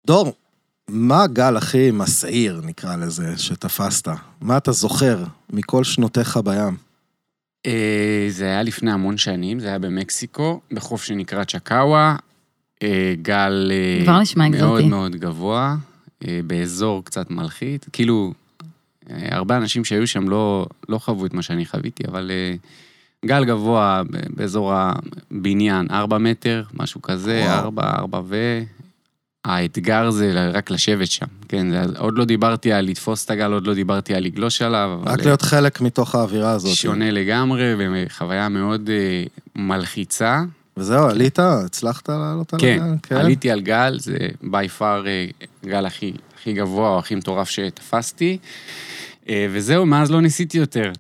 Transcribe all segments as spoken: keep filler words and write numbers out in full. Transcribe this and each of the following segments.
דור, מה הגל הכי מסעיר, נקרא לזה, שתפסת? מה אתה זוכר מכל שנותיך בים? זה היה לפני המון שנים, זה היה במקסיקו, בחוף שנקרא צ'קאווה, גל מאוד מאוד גבוה, באזור קצת מלחית, כאילו, הרבה אנשים שהיו שם לא, לא חוו את מה שאני חוויתי, אבל גל גבוה באזור הבניין, ארבע מטר, משהו כזה, ארבע, ארבע ו... האתגר זה רק לשבת שם, כן, זה, עוד לא דיברתי על לתפוס את הגל, עוד לא דיברתי על לגלוש עליו. רק להיות חלק מתוך האווירה הזאת. שונה לגמרי, וחוויה מאוד uh, מלחיצה. וזהו, עלית, הצלחת לעלות על כן, הגל? כן, עליתי על גל, זה by far uh, גל הכי, הכי גבוה, או הכי מטורף שתפסתי, uh, וזהו, מאז לא ניסיתי יותר.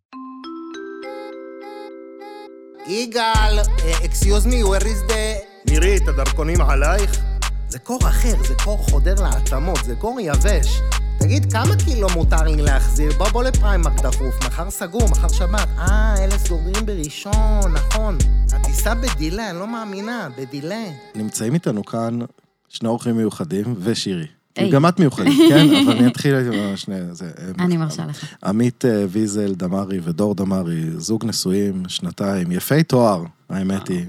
יגאל, excuse me, where is the... מירי, את הדרכונים עלייך? זה קור אחר, זה קור חודר לעצמות, זה קור יבש. תגיד, כמה קילו מותר לי להחזיר? בוא בוא לפריימק דחוף, מחר סגור, מחר שבת. אה, אלה סגורים בראשון, נכון. הטיסה בדילה, אני לא מאמינה, בדילה. נמצאים איתנו כאן שני אורחים מיוחדים ושירי. גם את מיוחדת, כן? אבל אני אתחיל עם שני... אני מרשה לך. עמית ויזל דמרי ודור דמרי, זוג נשואים, שנתיים, יפי תואר, האמת היא,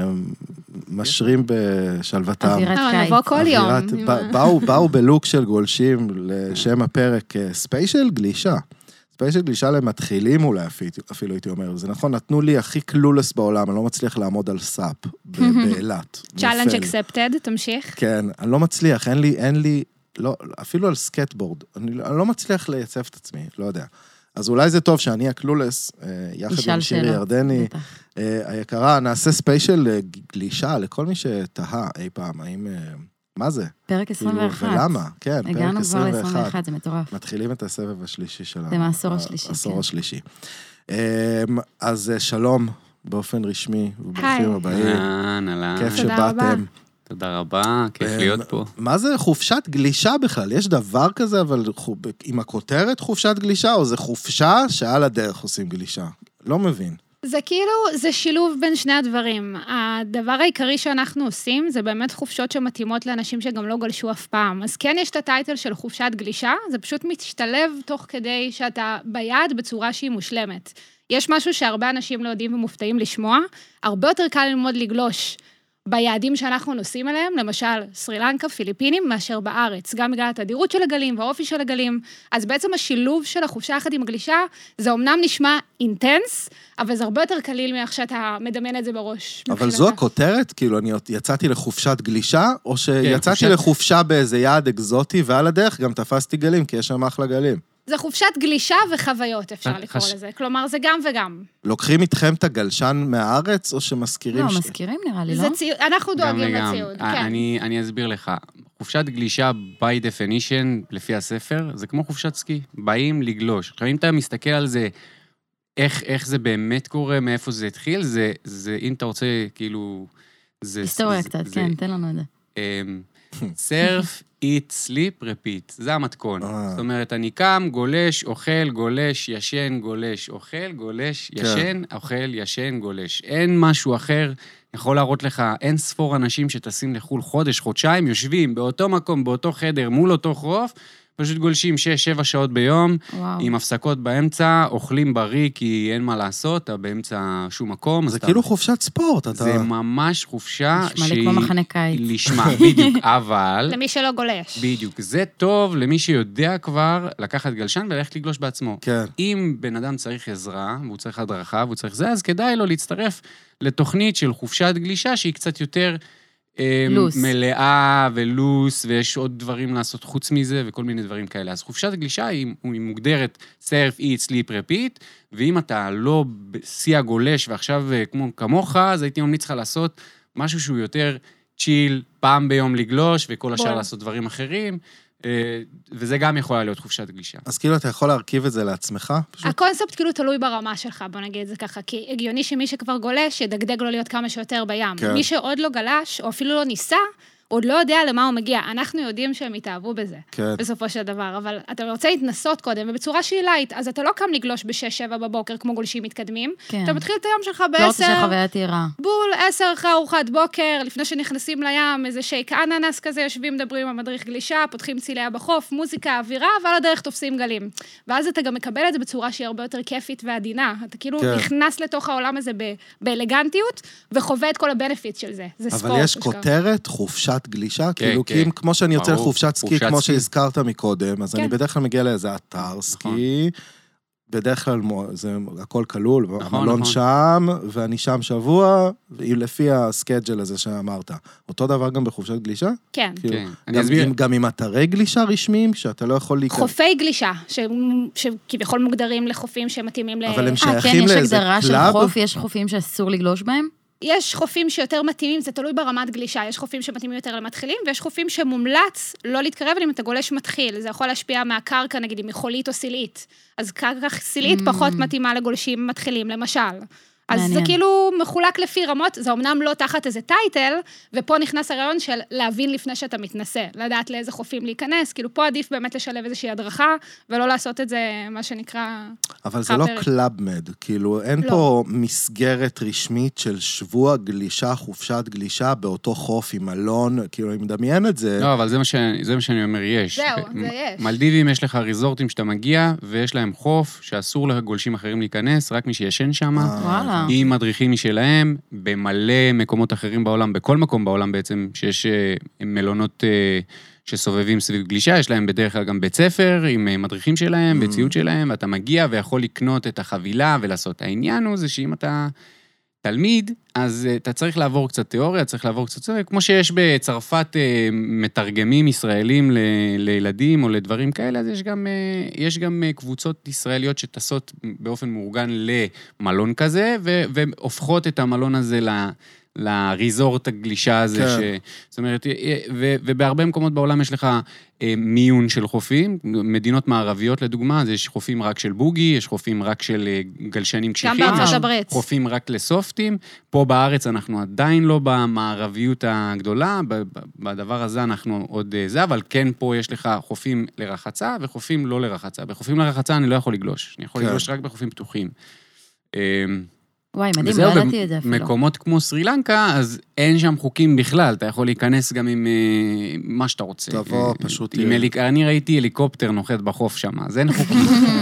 משרים בשלוותם. אווירת קיץ. נבוא כל יום. באו בלוק של גולשים לשם הפרק ספיישל גלישה. ספיישל גלישה למתחילים אולי אפילו הייתי אומר. זה נכון, נתנו לי הכי קלולס בעולם, אני לא מצליח לעמוד על סאפ באילת. Challenge accepted, תמשיך. כן, אני לא מצליח, אין לי, אין לי, לא, אפילו על סקטבורד, אני, אני לא מצליח לייצב את עצמי, לא יודע. אז אולי זה טוב שאני הקלולס, יחד עם שירי ירדני, היקרה, נעשה ספיישל גלישה לכל מי שתהה אי פעם, האם, מה זה? פרק עשרים ואחת. ולמה? כן, פרק עשרים ואחת. הגענו כבר ל-עשרים ואחת, זה מטורף. מתחילים את הסבב השלישי שלנו. זה מהעשור השלישי. העשור השלישי. אז שלום באופן רשמי, וברוכים הבאים. אהלן, אהלן. כיף שבאתם. תודה רבה, כיף להיות פה. מה זה חופשת גלישה בכלל? יש דבר כזה, אבל עם הכותרת חופשת גלישה, או זה חופשה שעל הדרך עושים גלישה? לא מבין. זה כאילו, זה שילוב בין שני הדברים. הדבר העיקרי שאנחנו עושים, זה באמת חופשות שמתאימות לאנשים שגם לא גלשו אף פעם. אז כן יש את הטייטל של חופשת גלישה, זה פשוט משתלב תוך כדי שאתה ביד בצורה שהיא מושלמת. יש משהו שהרבה אנשים לא יודעים ומופתעים לשמוע, הרבה יותר קל ללמוד לגלוש ביעדים שאנחנו נוסעים אליהם, למשל סרילנקה, פיליפינים, מאשר בארץ, גם בגלל התדירות של הגלים והאופי של הגלים, אז בעצם השילוב של החופשה יחד עם הגלישה, זה אומנם נשמע אינטנס, אבל זה הרבה יותר קליל מאיך שאתה מדמיין את זה בראש. אבל זו הכותרת, כאילו אני יצאתי לחופשת גלישה, או שיצאתי לחופשה באיזה יעד אקזוטי, ועל הדרך גם תפסתי גלים, כי יש שם אחלה גלים. זה חופשת גלישה וחוויות, אפשר לקרוא לזה. כלומר, זה גם וגם. לוקחים איתכם את הגלשן מהארץ, או שמזכירים? לא, מזכירים נראה לי, לא? אנחנו דואגים לציוד, כן. אני אסביר לך. חופשת גלישה, by definition, לפי הספר, זה כמו חופשת סקי. באים לגלוש. עכשיו, אם אתה מסתכל על זה, איך זה באמת קורה, מאיפה זה התחיל, זה, אם אתה רוצה, כאילו... היסטוריה קצת, כן, תן לנו את זה. surf, eat, sleep, repeat. זה המתכון. זאת אומרת, אני קם, גולש, אוכל, גולש, ישן, גולש, אוכל, גולש, ישן, אוכל, ישן, גולש. אין משהו אחר, יכול להראות לך, אין ספור אנשים שטסים לחול חודש, חודשיים, יושבים באותו מקום, באותו חדר, מול אותו חוף, פשוט גולשים שש, שבע שעות ביום, וואו. עם הפסקות באמצע, אוכלים בריא, כי אין מה לעשות, אתה באמצע שום מקום. זה כאילו אתה... חופשת ספורט. אתה... זה ממש חופשה שהיא... נשמע לי כמו מחנה קיץ. לשמה, בדיוק, אבל... למי שלא גולש. בדיוק, זה טוב למי שיודע כבר לקחת גלשן וללכת לגלוש בעצמו. כן. אם בן אדם צריך עזרה, והוא צריך הדרכה, והוא צריך זה, אז כדאי לו להצטרף לתוכנית של חופשת גלישה, שהיא קצת יותר... לוס. מלאה ולוס, ויש עוד דברים לעשות חוץ מזה, וכל מיני דברים כאלה. אז חופשת הגלישה היא, היא מוגדרת surf, eat, sleep, repeat, ואם אתה לא בשיא הגולש, ועכשיו כמו כמוך, אז הייתי ממליץ לך לעשות משהו שהוא יותר צ'יל, פעם ביום לגלוש, וכל השאר לעשות דברים אחרים, וזה גם יכולה להיות חופשת גלישה. אז כאילו אתה יכול להרכיב את זה לעצמך? הקונספט כאילו תלוי ברמה שלך, בוא נגיד את זה ככה, כי הגיוני שמי שכבר גולש, ידגדג לו להיות כמה שיותר בים. מי שעוד לא גלש, או אפילו לא ניסה, הוא עוד לא יודע למה הוא מגיע. אנחנו יודעים שהם יתאהבו בזה, כן. בסופו של דבר, אבל אתה רוצה להתנסות קודם, ובצורה שהיא לייט, אז אתה לא קם לגלוש בשש שבע בבוקר, כמו גולשים מתקדמים, כן. אתה מתחיל את היום שלך בעשר, לא רוצה שחוויה תירה. בול, עשר אחרי ארוחת בוקר, לפני שנכנסים לים, איזה שייק אננס כזה, יושבים, מדברים עם המדריך גלישה, פותחים ציליה בחוף, מוזיקה, אווירה, ועל הדרך תופסים גלים. ואז אתה גם מקבל את זה בצורה שהיא הרבה יותר כיפית ועדינה. אתה כאילו כן. נכנס לתוך העולם הזה ב- באלגנטיות, וחווה את כל הבנפיט של זה. זה ספורט. אבל יש כותרת, חופשת גלישה, כן, כאילו, כן. כמו שאני יוצא לחופשת סקי, כמו שהזכרת מקודם, אז כן. אני בדרך כלל מגיע לאיזה אתר סקי, בדרך כלל זה הכל כלול, המלון שם, ואני שם שבוע, לפי הסקייג'ל הזה שאמרת. אותו דבר גם בחופשת גלישה? כן. גם עם אתרי גלישה רשמיים, שאתה לא יכול להיכנס. חופי גלישה, שכביכול מוגדרים לחופים שמתאימים ל... אבל הם שייכים לאיזה קלאב? יש הגדרה של חוף, יש חופים שאסור לגלוש בהם? יש חופים שיותר מתאימים, זה תלוי ברמת גלישה, יש חופים שמתאימים יותר למתחילים, ויש חופים שמומלץ לא להתקרב, אבל אם אתה גולש מתחיל, זה יכול להשפיע מהקרקע, נגיד, אם היא חולית או סילית. אז קרקע סילית mm. פחות מתאימה לגולשים מתחילים, למשל. אז מעניין. זה כאילו מחולק לפי רמות, זה אמנם לא תחת איזה טייטל, ופה נכנס הרעיון של להבין לפני שאתה מתנסה, לדעת לאיזה חופים להיכנס, כאילו פה עדיף באמת לשלב איזושהי הדרכה, ולא לעשות את זה, מה שנקרא... אבל זה לא קלאב-מד, כאילו אין לא. פה מסגרת רשמית של שבוע גלישה, חופשת גלישה, באותו חוף עם מלון, כאילו אני מדמיין את זה. לא, אבל זה מה, ש... זה מה שאני אומר, יש. זהו, זה יש. מלדיבים יש לך ריזורטים שאתה מגיע, ויש להם חוף, שאסור לגולשים אחרים להיכנס, רק מי שישן שם. וואלה. עם מדריכים משלהם, במלא מקומות אחרים בעולם, בכל מקום בעולם בעצם, שיש מלונות שסובבים סביב גלישה, יש להם בדרך כלל גם בית ספר, עם מדריכים שלהם, בציוד שלהם, ואתה מגיע ויכול לקנות את החבילה ולעשות. העניין הוא זה שאם אתה תלמיד, אז אתה צריך לעבור קצת תיאוריה, צריך לעבור קצת תיאוריה, כמו שיש בצרפת מתרגמים ישראלים ל, לילדים או לדברים כאלה, אז יש גם, יש גם קבוצות ישראליות שטסות באופן מאורגן למלון כזה, ו, והופכות את המלון הזה ל... לריזורט הגלישה הזה, כן. ש... זאת אומרת, ו... ובהרבה מקומות בעולם יש לך מיון של חופים, מדינות מערביות לדוגמה, אז יש חופים רק של בוגי, יש חופים רק של גלשנים קשיחים, גם בארצות הברית. חופים רק לסופטים, פה בארץ אנחנו עדיין לא במערביות הגדולה, בדבר הזה אנחנו עוד זה, אבל כן פה יש לך חופים לרחצה, וחופים לא לרחצה. בחופים לרחצה אני לא יכול לגלוש, אני יכול כן. לגלוש רק בחופים פתוחים. וואי, מדהים, לא ידעתי את זה אפילו. במקומות כמו סרילנקה, אז אין שם חוקים בכלל, אתה יכול להיכנס גם עם מה שאתה רוצה. תבוא, פשוט... אני ראיתי הליקופטר נוחת בחוף שם, אז אין חוקים.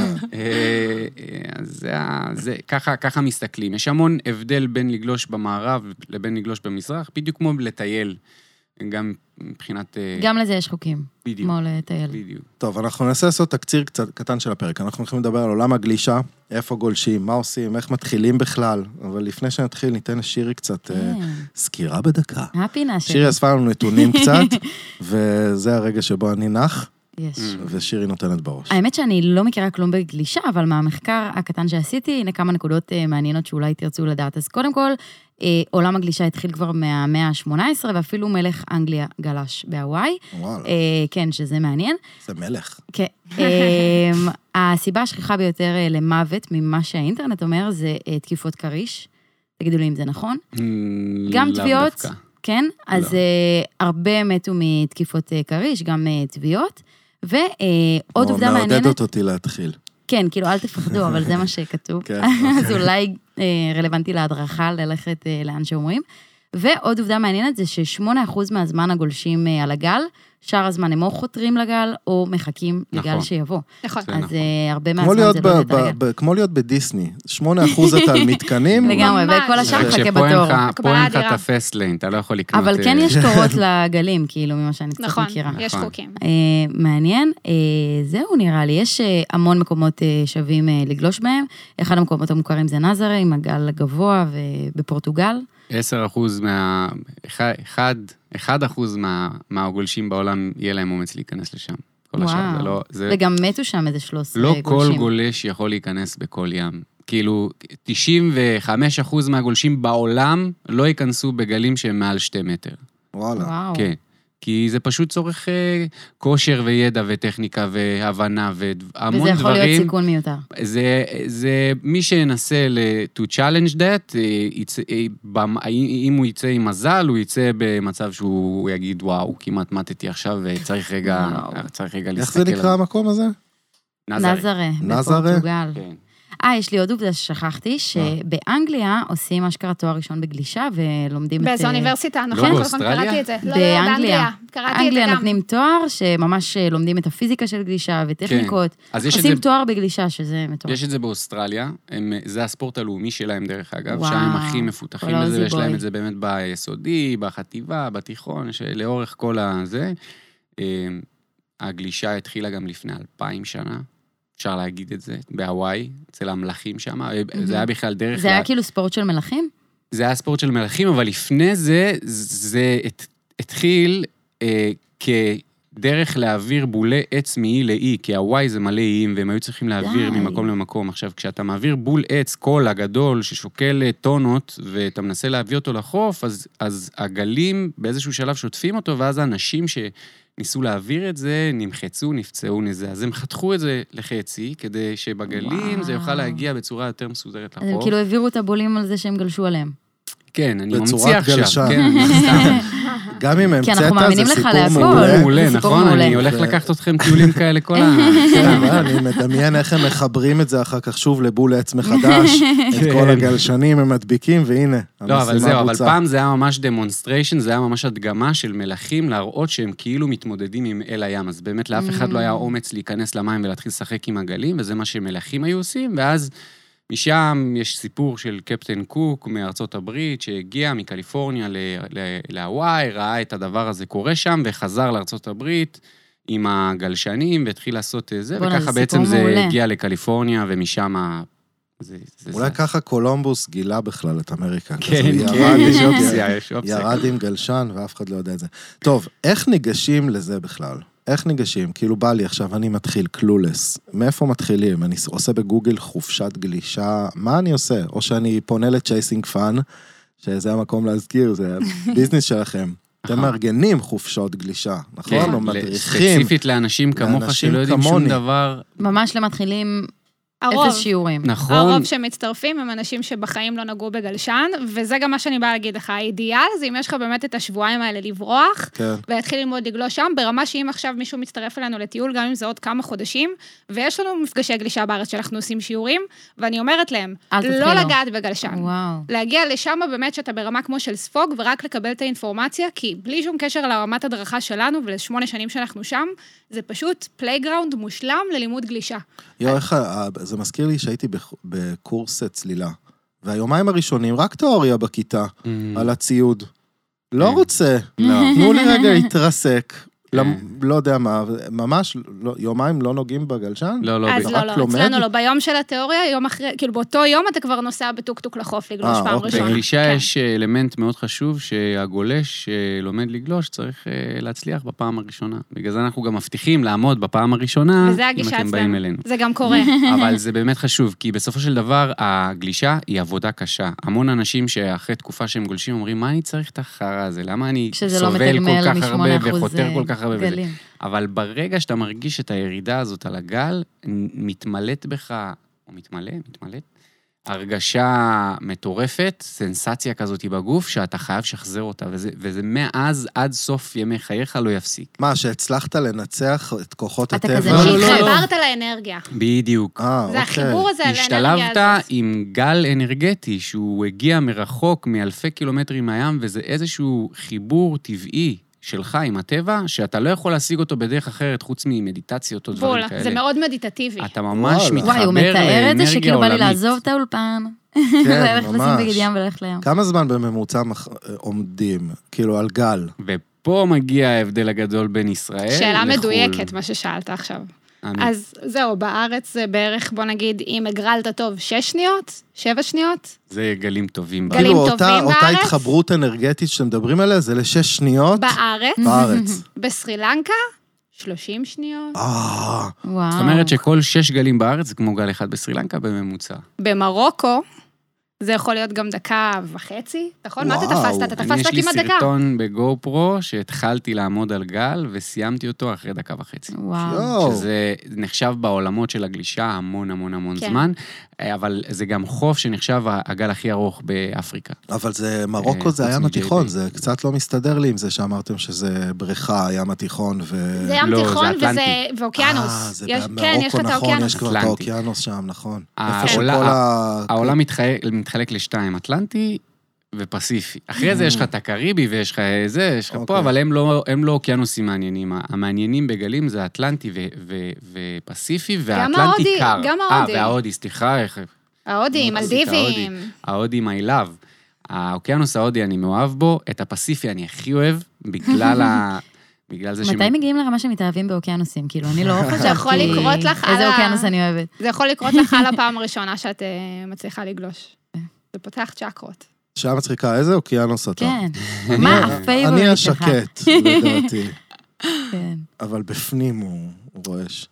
אז ככה מסתכלים. יש המון הבדל בין לגלוש במערב לבין לגלוש במזרח, בדיוק כמו לטייל. גם מבחינת... גם לזה יש חוקים. בדיוק. כמו לטייל. בדיוק. טוב, אנחנו ננסה לעשות תקציר קצת קטן של הפרק. אנחנו הולכים לדבר על עולם הגלישה, איפה גולשים, מה עושים, איך מתחילים בכלל. אבל לפני שנתחיל, ניתן לשירי קצת סקירה בדקה. הפינה שלי. שירי אספה לנו נתונים קצת, וזה הרגע שבו אני נח, ושירי נותנת בראש. האמת שאני לא מכירה כלום בגלישה, אבל מהמחקר הקטן שעשיתי, הנה כמה נקודות מעניינות שאולי תרצו לדעת. אז קודם כל, עולם הגלישה התחיל כבר מהמאה ה-שמונה עשרה, ואפילו מלך אנגליה גלש בהוואי. וואלה. כן, שזה מעניין. זה מלך. כן. הסיבה השכיחה ביותר למוות, ממה שהאינטרנט אומר, זה תקיפות קריש. תגידו לי אם זה נכון. גם תביעות, כן, אז הרבה מתו מתקיפות קריש, גם תביעות. ועוד עובדה מעניינת... מעודדת אותי להתחיל. כן, כאילו, אל תפחדו, אבל זה מה שכתוב. אז אולי רלוונטי להדרכה ללכת לאן שאומרים. ועוד עובדה מעניינת זה ששמונה אחוז מהזמן הגולשים על הגל, שאר הזמן הם או חותרים לגל, או מחכים לגל שיבוא. נכון. אז הרבה מהזמן זה לא לתת לגל. כמו להיות בדיסני, שמונה אחוז אתה על מתקנים. לגמרי, וכל השאר מחכה בתור. פה אין לך את הפסטליין, אתה לא יכול לקנות... אבל כן יש תורות לגלים, כאילו, ממה שאני קצת מכירה. נכון, יש חוקים. מעניין. זהו, נראה לי. יש המון מקומות שווים לגלוש בהם. אחד המקומות המוכרים זה נזרה, עם הגל הגבוה, ובפורטוגל. עשר אחוז מה... אחד... אחד אחוז מה, מהגולשים בעולם יהיה להם אומץ להיכנס לשם. כל השאר, זה לא... זה... וגם מתו שם איזה שלוש עשרה לא גולשים. כל גולש יכול להיכנס בכל ים. כאילו, תשעים וחמישה אחוז מהגולשים בעולם לא ייכנסו בגלים שהם מעל שתי מטר. וואלה. וואו. כן. כי זה פשוט צורך כושר וידע וטכניקה והבנה והמון דברים. וזה יכול להיות סיכון מיותר. זה, זה מי שינסה to challenge that, אם הוא יצא עם מזל, הוא יצא במצב שהוא יגיד, וואו, כמעט מתתי עכשיו, וצריך רגע, צריך רגע להסתכל. איך זה נקרא המקום הזה? נזרה. נזרה? בפורטוגל. אה, יש לי עוד עובדה ששכחתי, שבאנגליה עושים אשכרה תואר ראשון בגלישה, ולומדים את... באיזו אוניברסיטה, נכון? לא באוסטרליה? קראתי את זה. באנגליה. קראתי את זה באנגליה גם. נותנים תואר, שממש לומדים את הפיזיקה של גלישה וטכניקות. עושים תואר בגלישה, שזה מטורף. יש את זה באוסטרליה, זה הספורט הלאומי שלהם דרך אגב, שהם הכי מפותחים לזה, ויש להם את זה באמת ביסודי, בחטיבה, בתיכון, לאורך כל הזה. הגלישה התחילה גם לפני אלפיים שנה. אפשר להגיד את זה, בהוואי, אצל המלכים שם, זה היה בכלל דרך... זה היה כאילו ספורט של מלכים? זה היה ספורט של מלכים, אבל לפני זה, זה התחיל כדרך להעביר בולי עץ מאי לאי, כי הוואי זה מלא איים, והם היו צריכים להעביר ממקום למקום. עכשיו, כשאתה מעביר בול עץ, קול הגדול, ששוקל טונות, ואתה מנסה להביא אותו לחוף, אז הגלים באיזשהו שלב שוטפים אותו, ואז האנשים ש... ניסו להעביר את זה, נמחצו, נפצעו נזה. אז הם חתכו את זה לחצי, כדי שבגלים זה יוכל להגיע בצורה יותר מסודרת לחוף. אז הם כאילו העבירו את הבולים על זה שהם גלשו עליהם. כן, אני ממציא עכשיו. גם אם המצאת, זה סיפור מעולה, נכון? אני הולך לקחת אתכם טיולים כאלה כל ה... אני מדמיין איך הם מחברים את זה אחר כך שוב לבול עץ מחדש, את כל הגלשנים הם מדביקים, והנה, לא, אבל זהו, אבל פעם זה היה ממש דמונסטריישן, זה היה ממש הדגמה של מלכים להראות שהם כאילו מתמודדים עם אל הים, אז באמת לאף אחד לא היה אומץ להיכנס למים ולהתחיל לשחק עם הגלים, וזה מה שמלכים היו עושים, ואז משם יש סיפור של קפטן קוק מארצות הברית, שהגיע מקליפורניה להוואי, ראה את הדבר הזה קורה שם, וחזר לארצות הברית עם הגלשנים, והתחיל לעשות זה, וככה בעצם זה הגיע לקליפורניה, ומשם... אולי ככה קולומבוס גילה בכלל את אמריקה. כן, כן, יש אופציה, יש אופציה. ירד עם גלשן, ואף אחד לא יודע את זה. טוב, איך ניגשים לזה בכלל? איך ניגשים? כאילו בא לי עכשיו, אני מתחיל קלולס. מאיפה מתחילים? אני עושה בגוגל חופשת גלישה, מה אני עושה? או שאני פונה לצ'ייסינג פאן, שזה המקום להזכיר, זה הביזנס שלכם. אתם מארגנים חופשות גלישה, נכון? או מדריכים. ספציפית לאנשים כמוך שלא יודעים שום דבר. ממש למתחילים... אפס שיעורים. נכון. הרוב שמצטרפים הם אנשים שבחיים לא נגעו בגלשן, וזה גם מה שאני באה להגיד לך, האידיאל זה אם יש לך באמת את השבועיים האלה לברוח, כן. ולהתחיל ללמוד לגלוש שם, ברמה שאם עכשיו מישהו מצטרף אלינו לטיול, גם אם זה עוד כמה חודשים, ויש לנו מפגשי גלישה בארץ שאנחנו עושים שיעורים, ואני אומרת להם, לא לגעת בגלשן. וואו. להגיע לשם באמת שאתה ברמה כמו של ספוג, ורק לקבל את האינפורמציה, כי בלי שום קשר לרמת הדרכה שלנו, ולשמונה שנים שאנחנו שם, זה פשוט פלייגראונד מושלם ללימוד גלישה. יו, איך, זה מזכיר לי שהייתי בקורס צלילה, והיומיים הראשונים רק תיאוריה בכיתה, על הציוד. לא רוצה, תנו לי רגע להתרסק, לא יודע מה, ממש יומיים לא נוגעים בגלשן? לא, לא, אז לא, לא, אצלנו לא, ביום של התיאוריה, יום אחרי, כאילו באותו יום אתה כבר נוסע בטוק-טוק לחוף לגלוש פעם ראשונה. בגלישה יש אלמנט מאוד חשוב, שהגולש שלומד לגלוש צריך להצליח בפעם הראשונה. בגלל זה אנחנו גם מבטיחים לעמוד בפעם הראשונה, אם אתם באים אלינו. זה גם קורה. אבל זה באמת חשוב, כי בסופו של דבר, הגלישה היא עבודה קשה. המון אנשים שאחרי תקופה שהם גולשים אומרים, מה אני צריך את החרא הזה? למה אני סובל כל כך הרבה וחותר כל כך הרבה בזה? אבל ברגע שאתה מרגיש את הירידה הזאת על הגל, מתמלאת בך, או מתמלא, מתמלאת, הרגשה מטורפת, סנסציה כזאת בגוף, שאתה חייב שחזר אותה, וזה, וזה מאז עד סוף ימי חייך לא יפסיק. מה, שהצלחת לנצח את כוחות הטבע? אתה כזה שהתחברת לאנרגיה. בדיוק. אה, זה החיבור הזה על האנרגיה הזאת. השתלבת עם גל אנרגטי, שהוא הגיע מרחוק, מאלפי קילומטרים מהים, וזה איזשהו חיבור טבעי, שלך עם הטבע, שאתה לא יכול להשיג אותו בדרך אחרת, חוץ ממדיטציות או דברים כאלה. זה מאוד מדיטטיבי. אתה ממש מתחבר לאנרגיה עולמית. וואי, הוא מתאר את זה שכאילו בא לי לעזוב את האולפן. כן, ממש. לשים בגד ים וללכת לים. כמה זמן בממוצע עומדים, כאילו על גל? ופה מגיע ההבדל הגדול בין ישראל לחול. שאלה מדויקת, מה ששאלת עכשיו. אז זהו, בארץ זה בערך, בוא נגיד, אם הגרלת טוב שש שניות, שבע שניות. זה גלים טובים בארץ. גלים טובים בארץ. אותה התחברות אנרגטית שאתם מדברים עליה, זה לשש שניות. בארץ. בארץ. בסרי לנקה, שלושים שניות. אה. זאת אומרת שכל שש גלים בארץ זה כמו גל אחד בסרי לנקה בממוצע. במרוקו, זה יכול להיות גם דקה וחצי, נכון? מה אתה תפסת? אתה תפסת כמעט דקה. אני יש לי סרטון בגו פרו, שהתחלתי לעמוד על גל, וסיימתי אותו אחרי דקה וחצי. וואו. שזה נחשב בעולמות של הגלישה המון המון המון זמן, אבל זה גם חוף שנחשב הגל הכי ארוך באפריקה. אבל זה, מרוקו זה הים התיכון, זה קצת לא מסתדר לי עם זה שאמרתם שזה בריכה, הים התיכון ו... זה ים תיכון וזה ואוקיינוס. אה, זה במרוקו נכון, יש כבר את האוקיינוס שם, נכון. העולם מתחלק לשתיים, אטלנטי ופסיפי. אחרי זה יש לך את הקריבי ויש לך זה, יש לך פה, אבל הם לא אוקיינוסים מעניינים. המעניינים בגלים זה האטלנטי ופסיפי, והאטלנטי קר. גם ההודי. אה, וההודי, סליחה. ההודי, מלדיבים. ההודי, my love. האוקיינוס ההודי אני מאוהב בו, את הפסיפי אני הכי אוהב, בגלל ה... בגלל זה ש... מתי מגיעים לרמה שמתאהבים באוקיינוסים? כאילו, אני לא חושבת... זה יכול לקרות לך על... איזה אוקיינוס אני אוהבת. זה יכול לקרות לך על הפעם הראשונה שאת מצליחה לגלוש. זה פותח צ'קרות. שעה מצחיקה, איזה אוקיינוס אתה? כן. מה הפייבוריט אני השקט, לדעתי. כן. אבל בפנים הוא רועש.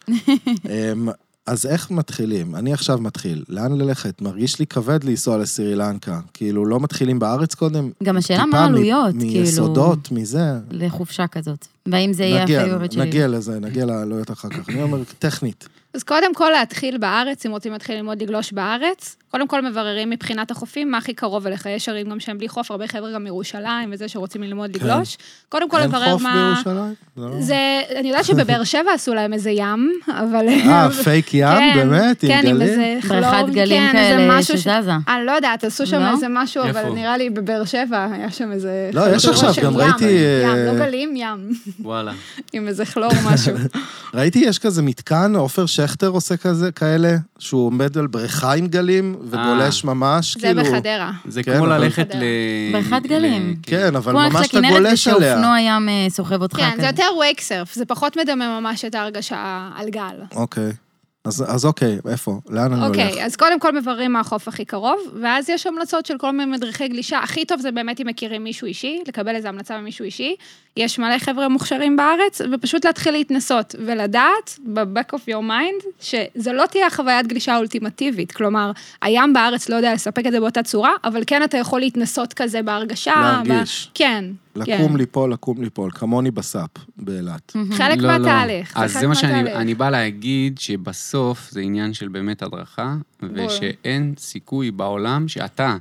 אז איך מתחילים? אני עכשיו מתחיל. לאן ללכת? מרגיש לי כבד לנסוע לסירי לנקה. כאילו, לא מתחילים בארץ קודם? גם השאלה מה העלויות, כאילו... מיסודות, מזה. לחופשה כזאת. והאם זה יהיה הפייבוריט שלי? נגיע לזה, נגיע לעלויות אחר כך. אני אומר, טכנית. אז קודם כל להתחיל בארץ, אם רוצים להתחיל ללמוד לגלוש בארץ, קודם כל מבררים מבחינת החופים, מה הכי קרוב אליך, יש ערים גם שהם בלי חוף, הרבה חבר'ה גם מירושלים, וזה שרוצים ללמוד לגלוש. קודם כל לברר מה... אין חוף בירושלים? זה, אני יודעת שבבאר שבע עשו להם איזה ים, אבל... אה, פייק ים, באמת, עם גלים? כן, עם איזה חלום, בריכת גלים כאלה שזזה. אני לא יודעת, עשו שם איזה משהו, אבל נראה לי בבאר שבע היה שם איזה... לא, יש עכשיו, גם ראיתי... ים, לא גלים, ים. וואלה. עם איזה כלור משהו. ראיתי, יש כזה מתקן, עופר שכטר עושה כזה, כאלה, שהוא עומד על בריכה עם גלים, וגולש ממש, כאילו... זה בחדרה. זה כמו ללכת ל... בריכת גלים. כן, אבל ממש אתה גולש עליה. שאופנוע ים סוחב אותך. כן, זה יותר וייק סרף, זה פחות מדמה ממש את ההרגשה על גל. אוקיי. אז, אז אוקיי, איפה? לאן אני הולך? אוקיי, אז קודם כל מבררים מה החוף הכי קרוב, ואז יש המלצות של כל מיני מדריכי גלישה. הכי טוב זה באמת אם מכירים מישהו אישי, לקבל איזו המלצה ממישהו אישי. יש מלא חבר'ה מוכשרים בארץ, ופשוט להתחיל להתנסות, ולדעת, ב-back of your mind, שזה לא תהיה חוויית גלישה אולטימטיבית. כלומר, הים בארץ לא יודע לספק את זה באותה צורה, אבל כן אתה יכול להתנסות כזה בהרגשה. להרגיש. ב... כן. לקום ליפול, לקום ליפול, כמוני בסאפ, באילת. חלק מהתהליך. אז זה מה שאני בא להגיד, שבסוף זה עניין של באמת הדרכה, ושאין סיכוי בעולם שאתה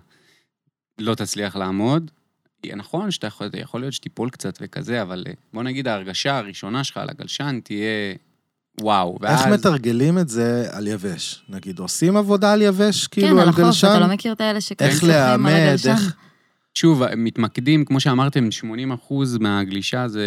לא תצליח לעמוד. נכון שאתה יכול, יכול להיות שתיפול קצת וכזה, אבל בוא נגיד ההרגשה הראשונה שלך על הגלשן תהיה וואו. איך מתרגלים את זה על יבש? נגיד, עושים עבודה על יבש, כאילו על גלשן? כן, על החוף, אתה לא מכיר את האלה שכן איך לעמד, איך... שוב, מתמקדים, כמו שאמרתם, שמונים אחוז מהגלישה זה,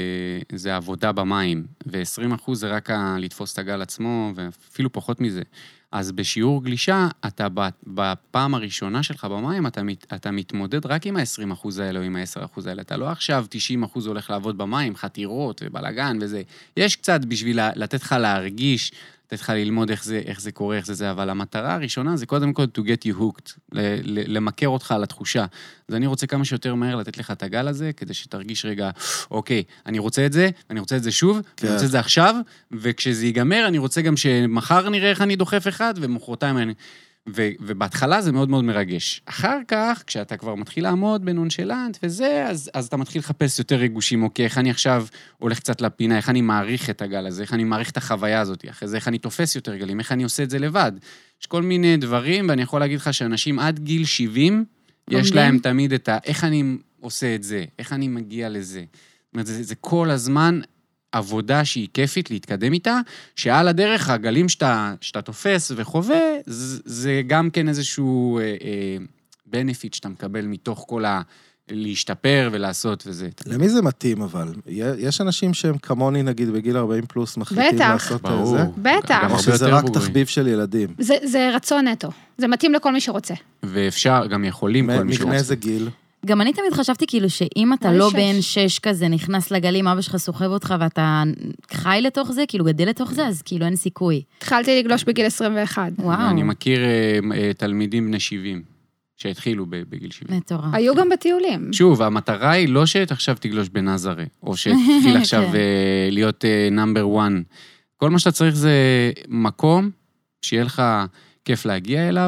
זה עבודה במים, ו-עשרים אחוז זה רק לתפוס את הגל עצמו, ואפילו פחות מזה. אז בשיעור גלישה, אתה בפעם הראשונה שלך במים, אתה, אתה מתמודד רק עם ה-עשרים אחוז האלה או עם ה-עשרה אחוז האלה. אתה לא עכשיו תשעים אחוז הולך לעבוד במים, חתירות ובלגן וזה. יש קצת בשביל לתת לך להרגיש, לתת לך ללמוד איך זה, איך זה קורה, איך זה זה, אבל המטרה הראשונה זה קודם כל to get you hooked, למכר אותך על התחושה. אז אני רוצה כמה שיותר מהר לתת לך את הגל הזה, כדי שתרגיש רגע, אוקיי, אני רוצה את זה, אני רוצה את זה שוב, כן. אני רוצה את זה עכשיו, וכשזה ייגמר, אני רוצה גם שמחר נראה איך אני דוחף אחד, ומחרתיים אני... ו- ובהתחלה זה מאוד מאוד מרגש. אחר כך, כשאתה כבר מתחיל לעמוד בנונשלנט וזה, אז, אז אתה מתחיל לחפש יותר רגושים, אוקיי, איך אני עכשיו הולך קצת לפינה, איך אני מעריך את הגל הזה, איך אני מעריך את החוויה הזאת, אחרי זה איך אני תופס יותר גלים, איך אני עושה את זה לבד. יש כל מיני דברים, ואני יכול להגיד לך שאנשים עד גיל שבעים, יש להם תמיד את ה... איך אני עושה את זה, איך אני מגיע לזה. זאת אומרת, זה, זה כל הזמן... עבודה שהיא כיפית להתקדם איתה, שעל הדרך הגלים שאתה, שאתה תופס וחווה, זה, זה גם כן איזשהו אה, אה, benefit שאתה מקבל מתוך כל ה... להשתפר ולעשות וזה. למי זה מתאים אבל? יש אנשים שהם כמוני נגיד בגיל ארבעים פלוס מחליטים בטח. לעשות את זה? בטח. או שזה רק תחביב של ילדים? זה, זה רצון נטו. זה מתאים לכל מי שרוצה. ואפשר, גם יכולים כל מי שרוצה. מכנה איזה גיל? גם אני תמיד חשבתי כאילו שאם אתה לא בן שש כזה, נכנס לגלים, אבא שלך סוחב אותך ואתה חי לתוך זה, כאילו גדל לתוך זה, אז כאילו אין סיכוי. התחלתי לגלוש בגיל עשרים ואחת. וואו. אני מכיר תלמידים בני שבעים, שהתחילו בגיל שבעים. מטורף. היו גם בטיולים. שוב, המטרה היא לא שעכשיו תגלוש בנזרה, או שתתחיל עכשיו להיות נאמבר וואן. כל מה שאתה צריך זה מקום, שיהיה לך כיף להגיע אליו,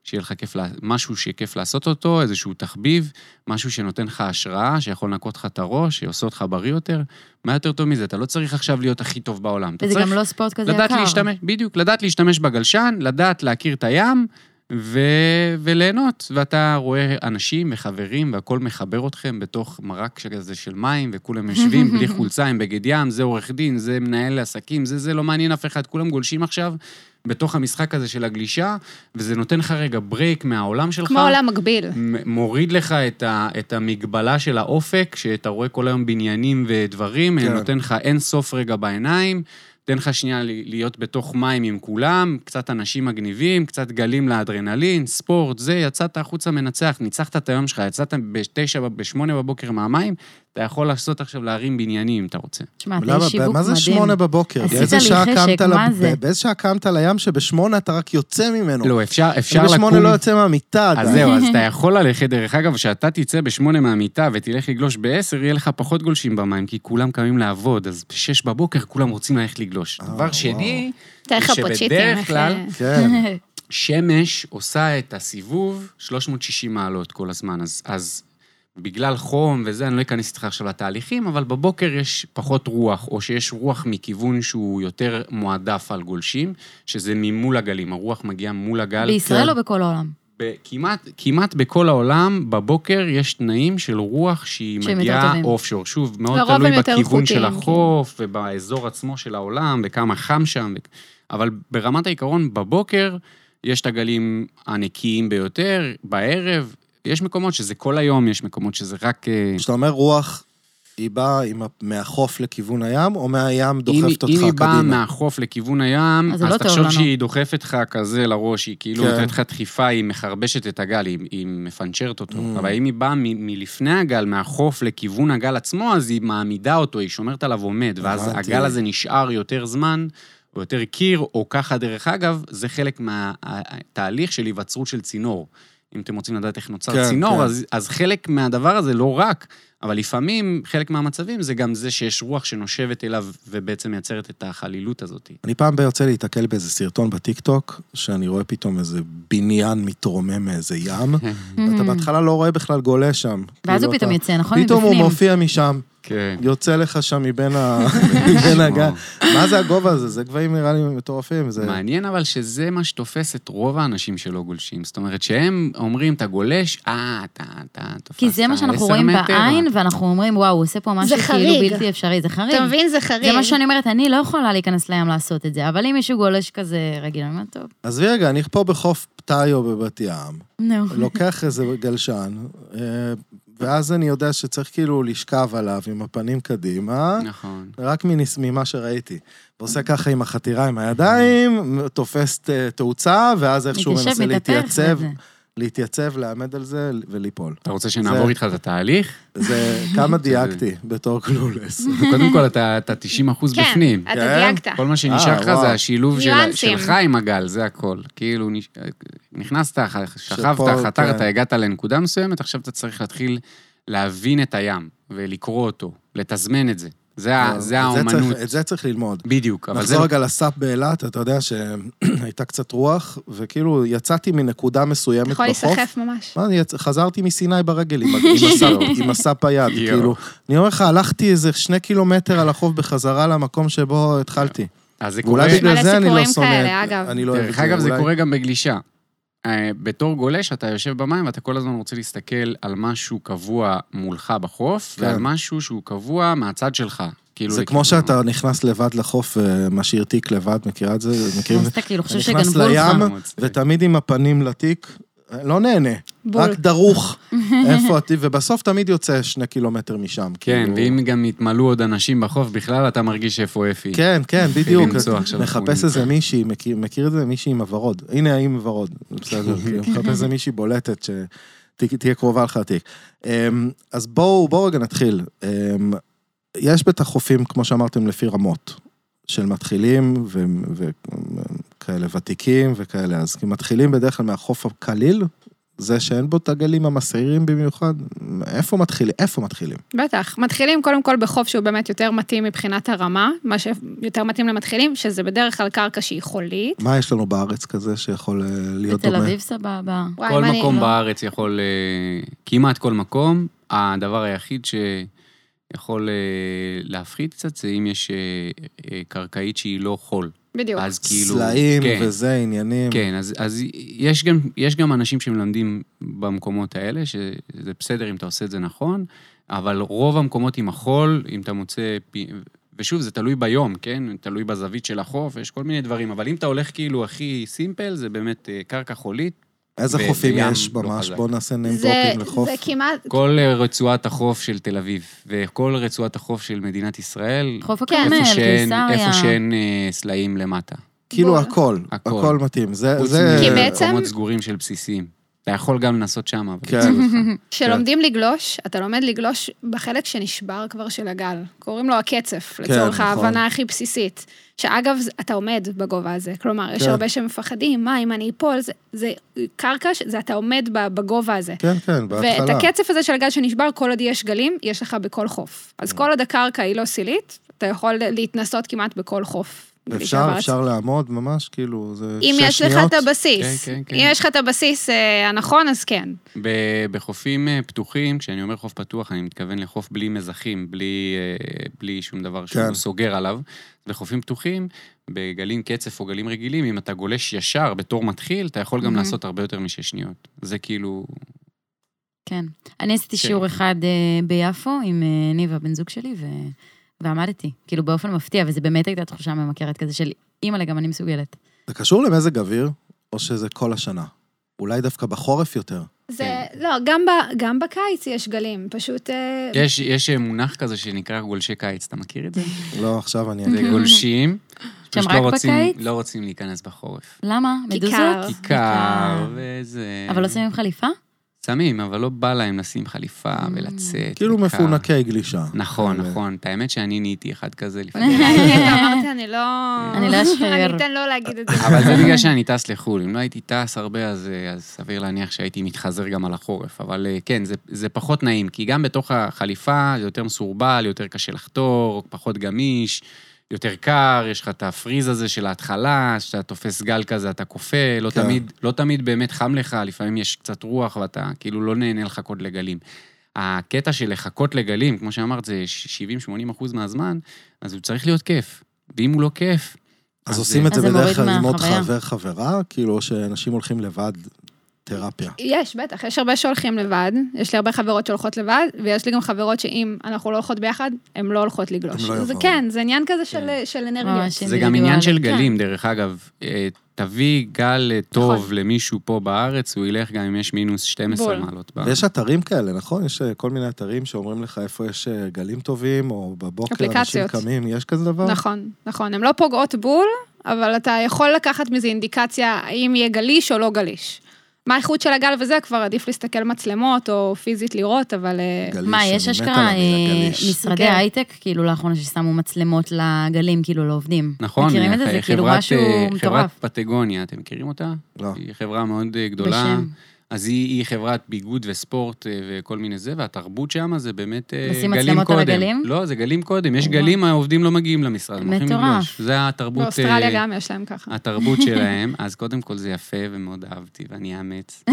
שיהיה לך כיף, משהו שיהיה כיף לעשות אותו, איזשהו תחביב, משהו שנותן לך השראה, שיכול לנקות לך את הראש, שיעשה אותך בריא יותר, מה יותר טוב מזה? אתה לא צריך עכשיו להיות הכי טוב בעולם. וזה גם לא ספורט כזה יקר. להשתמש, בדיוק, לדעת להשתמש בגלשן, לדעת להכיר את הים, ו... וליהנות, ואתה רואה אנשים וחברים, והכל מחבר אתכם בתוך מרק כזה של מים, וכולם יושבים בלי חולצה עם בגד ים, זה עורך דין, זה מנהל עסקים, זה, זה לא מעניין אף אחד, כולם גולשים עכשיו, בתוך המשחק הזה של הגלישה, וזה נותן לך רגע ברייק מהעולם שלך. כמו עולם מקביל. מוריד לך את, ה, את המגבלה של האופק, שאתה רואה כל היום בניינים ודברים, כן. נותן לך אין סוף רגע בעיניים, תן לך שנייה להיות בתוך מים עם כולם, קצת אנשים מגניבים, קצת גלים לאדרנלין, ספורט, זה, יצאת החוצה מנצח, ניצחת את היום שלך, יצאת בתשע, בשמונה בבוקר מהמים, אתה יכול לעשות עכשיו להרים בניינים, אם אתה רוצה. תשמע, אתה יש שיווק מדהים. מה זה שמונה בבוקר? עשית לי חשק, מה זה? באיזה שעה קמת לים שבשמונה אתה רק יוצא ממנו. לא, אפשר, אפשר לקום... בשמונה לא יוצא מהמיטה. אז זהו, אז אתה יכול ללכת, דרך אגב, שאתה תצא בשמונה מהמיטה ותלך לגלוש בעשר, יהיה לך פחות גולשים במים, כי כולם קמים לעבוד, אז בשש בבוקר כולם רוצים ללכת לגלוש. דבר שני, שבדרך כלל, שמש עושה את הסיבוב שלוש מאות ושישים מעלות כל הזמן, אז, אז בגלל חום וזה, אני לא אכנס איתך עכשיו לתהליכים, אבל בבוקר יש פחות רוח, או שיש רוח מכיוון שהוא יותר מועדף על גולשים, שזה ממול הגלים, הרוח מגיעה מול הגל. בישראל או בכל העולם? כמעט, כמעט בכל העולם, בבוקר יש תנאים של רוח שהיא מגיעה אופשור. שוב, מאוד תלוי בכיוון של החוף, ובאזור עצמו של העולם, וכמה חם שם. אבל ברמת העיקרון, בבוקר יש את הגלים הנקיים ביותר, בערב, יש מקומות שזה כל היום, יש מקומות שזה רק... כשאתה אומר רוח, היא באה מהחוף לכיוון הים, או מהים דוחפת אותך קדימה? אם היא באה מהחוף לכיוון הים, אז תחשוב שהיא דוחפת לך כזה לראש, היא כאילו נותנת לך דחיפה, היא מחרבשת את הגל, היא מפנצ'רת אותו. אבל אם היא באה מלפני הגל, מהחוף לכיוון הגל עצמו, אז היא מעמידה אותו, היא שומרת עליו עומד, ואז הגל הזה נשאר יותר זמן, או יותר קיר, או ככה דרך אגב, זה חלק מהתהליך של היווצרות של צינור. אם אתם רוצים לדעת איך נוצר צינור, אז חלק מהדבר הזה לא רק, אבל לפעמים, חלק מהמצבים, זה גם זה שיש רוח שנושבת אליו, ובעצם מייצרת את החלילות הזאת. אני פעם ביוצא להתקל באיזה סרטון בטיקטוק, שאני רואה פתאום איזה בניין מתרומם מאיזה ים, ואתה בהתחלה לא רואה בכלל גולה שם. ואז הוא פתאום יצא, נכון? פתאום הוא מופיע משם. יוצא לך שם מבין הגן. מה זה הגובה הזה? זה גבהים נראה לי מטורפים. מעניין אבל שזה מה שתופס את רוב האנשים שלא גולשים. זאת אומרת שהם אומרים, אתה גולש, אה, אתה תופס. כי זה מה שאנחנו רואים בעין, ואנחנו אומרים, וואו, הוא עושה פה משהו כאילו בלתי אפשרי, זה חריג. אתה מבין, זה חריג. זה מה שאני אומרת, אני לא יכולה להיכנס לים לעשות את זה, אבל אם מישהו גולש כזה רגיל, אני אומרת, טוב. אז רגע, אני פה בחוף פתאיו בבת ים, לוקח איזה גלשן, ואז אני יודע שצריך כאילו לשכב עליו עם הפנים קדימה, נכון. רק ממה שראיתי. ועושה ככה עם החתירה עם הידיים, תופס תאוצה, ואז איכשהו מנסה להתייצב, להתייצב, לעמד על זה וליפול. אתה רוצה שנעבור איתך את התהליך? זה כמה דייקתי בתור קלולס. קודם כל, אתה תשעים אחוז בפנים. כן, אתה דייקת. כל מה שנשאר לך זה השילוב שלך עם הגל, זה הכל. כאילו, נכנסת, שכבת, חתרת, הגעת לנקודה מסוימת, עכשיו אתה צריך להתחיל להבין את הים, ולקרוא אותו, לתזמן את זה. זה האומנות. את זה צריך ללמוד. בדיוק. נחזור רגע לסאפ באילת, אתה יודע שהייתה קצת רוח, וכאילו יצאתי מנקודה מסוימת בחוף. יכול להיסחף ממש. חזרתי מסיני ברגל עם הסאפ ביד, כאילו. אני אומר לך, הלכתי איזה שני קילומטר על החוף בחזרה למקום שבו התחלתי. אז זה קורה... אולי בגלל זה אני לא שונא. דרך אגב, זה קורה גם בגלישה. בתור גולש, אתה יושב במים, ואתה כל הזמן רוצה להסתכל על משהו קבוע מולך בחוף, ועל משהו שהוא קבוע מהצד שלך. זה כמו שאתה נכנס לבד לחוף, ומשאיר תיק לבד, מכירה את זה? נכנס לים, ותמיד עם הפנים לתיק, לא נהנה, רק דרוך. איפה אותי, ובסוף תמיד יוצא שני קילומטר משם. כן, ואם גם יתמלאו עוד אנשים בחוף, בכלל אתה מרגיש איפה אפי. כן, כן, בדיוק. מחפש איזה מישהי, מכיר את זה מישהי עם הוורוד. הנה, עם הוורוד. בסדר, מחפש איזה מישהי בולטת, שתהיה קרובה לך התיק. אז בואו רגע נתחיל. יש בית החופים, כמו שאמרתם, לפי רמות, של מתחילים וכאלה ותיקים וכאלה. אז כי מתחילים בדרך כלל מהחוף הקליל, זה שאין בו את הגלים המסעירים במיוחד, איפה מתחילים? איפה מתחילים? בטח, מתחילים קודם כל בחוף שהוא באמת יותר מתאים מבחינת הרמה, מה שיותר מתאים למתחילים, שזה בדרך כלל קרקע שהיא חולית. מה יש לנו בארץ כזה שיכול להיות דומה? בתל אביב סבבה. כל מקום בארץ יכול, כמעט כל מקום, הדבר היחיד שיכול להפחית קצת, זה אם יש קרקעית שהיא לא חול. בדיוק. אז כאילו... סלעים כן, וזה, עניינים. כן, אז, אז יש, גם, יש גם אנשים שמלמדים במקומות האלה, שזה בסדר אם אתה עושה את זה נכון, אבל רוב המקומות עם החול, אם אתה מוצא... ושוב, זה תלוי ביום, כן? תלוי בזווית של החוף, יש כל מיני דברים, אבל אם אתה הולך כאילו הכי סימפל, זה באמת קרקע חולית. איזה חופים יש ממש? בואו נעשה ניים דרופים לחוף. זה כמעט... כל רצועת החוף של תל אביב, וכל רצועת החוף של מדינת ישראל, חוף הכרמל, קיסריה. איפה שאין סלעים למטה. כאילו הכל, הכל מתאים. זה מקומות סגורים של בסיסים. אתה יכול גם לנסות שם. כשלומדים לגלוש, אתה לומד לגלוש בחלק שנשבר כבר של הגל. קוראים לו הקצף, לצורך ההבנה הכי בסיסית. שאגב, אתה עומד בגובה הזה. כלומר, יש הרבה שמפחדים, מה, אם אני אפול, זה קרקע, זה אתה עומד בגובה הזה. כן, כן, בהתחלה. ואת הקצף הזה של הגל שנשבר, כל עוד יש גלים, יש לך בכל חוף. אז כל עוד הקרקע היא לא סילית, אתה יכול להתנסות כמעט בכל חוף. אפשר, אפשר לעמוד ממש, כאילו, זה שש שניות. אם יש לך את הבסיס, אם יש לך את הבסיס הנכון, אז כן. בחופים פתוחים, כשאני אומר חוף פתוח, אני מתכוון לחוף בלי מזחים, בלי שום דבר שהוא סוגר עליו. בחופים פתוחים, בגלים קצף או גלים רגילים, אם אתה גולש ישר בתור מתחיל, אתה יכול גם לעשות הרבה יותר משש שניות. זה כאילו... כן. אני עשיתי שיעור אחד ביפו עם ניבה, בן זוג שלי, ו... ועמדתי, כאילו באופן מפתיע, וזה באמת הייתה תחושה ממכרת כזה של אימא לגם אני מסוגלת. זה קשור למזג אוויר, או שזה כל השנה? אולי דווקא בחורף יותר? זה, לא, גם, ב, גם בקיץ יש גלים, פשוט... יש, יש מונח כזה שנקרא גולשי קיץ, אתה מכיר את זה? לא, עכשיו אני... זה גולשים, שהם רק בקיץ? לא רוצים להיכנס בחורף. למה? מדוזות? כיכר, וזה... אבל לא שמים חליפה? שמים, אבל לא בא להם לשים חליפה ולצאת. כאילו מפונקי גלישה. נכון, נכון. את האמת שאני נהייתי אחד כזה לפני. אמרתי, אני לא... אני לא אשחרר. אני אתן לא להגיד את זה. אבל זה בגלל שאני טס לחול. אם לא הייתי טס הרבה, אז סביר להניח שהייתי מתחזר גם על החורף. אבל כן, זה פחות נעים, כי גם בתוך החליפה זה יותר מסורבל, יותר קשה לחתור, פחות גמיש. יותר קר, יש לך את הפריז הזה של ההתחלה, שאתה תופס גל כזה, אתה קופא, לא, כן. תמיד, לא תמיד באמת חם לך, לפעמים יש קצת רוח ואתה כאילו לא נהנה לחכות לגלים. הקטע של לחכות לגלים, כמו שאמרת, זה שבעים שמונים אחוז מהזמן, אז הוא צריך להיות כיף. ואם הוא לא כיף... אז, אז עושים את זה בדרך כלל ללמוד חבר חברה, כאילו שאנשים הולכים לבד... תרפיה. יש, בטח, יש הרבה שהולכים לבד, יש לי הרבה חברות שהולכות לבד, ויש לי גם חברות שאם אנחנו לא הולכות ביחד, הן לא הולכות לגלוש. זה כן, זה עניין כזה של אנרגיה. זה גם עניין של גלים, דרך אגב, תביא גל טוב למישהו פה בארץ, הוא ילך גם אם יש מינוס שתים עשרה מעלות. ויש אתרים כאלה, נכון? יש כל מיני אתרים שאומרים לך איפה יש גלים טובים, או בבוקר אנשים קמים, יש כזה דבר? נכון, נכון, הן לא פוגעות בול, אבל אתה יכול לקחת מזה אינדיקציה, האם יהיה גליש או לא גליש. מה האיכות של הגל וזה, כבר עדיף להסתכל מצלמות או פיזית לראות, אבל... מה, יש אשכרה משרדי הייטק, כאילו לאחרונה ששמו מצלמות לגלים, כאילו לעובדים. נכון, מכירים את זה? זה כאילו משהו מטורף. חברת פטגוניה, אתם מכירים אותה? לא. היא חברה מאוד גדולה. אז היא, היא חברת ביגוד וספורט וכל מיני זה, והתרבות שם זה באמת גלים קודם. הגלים? לא, זה גלים קודם. יש גלים, העובדים לא מגיעים למשרד. מטורף. זה התרבות... באוסטרליה גם יש להם ככה. התרבות שלהם, אז קודם כל זה יפה ומאוד אהבתי, ואני אאמץ.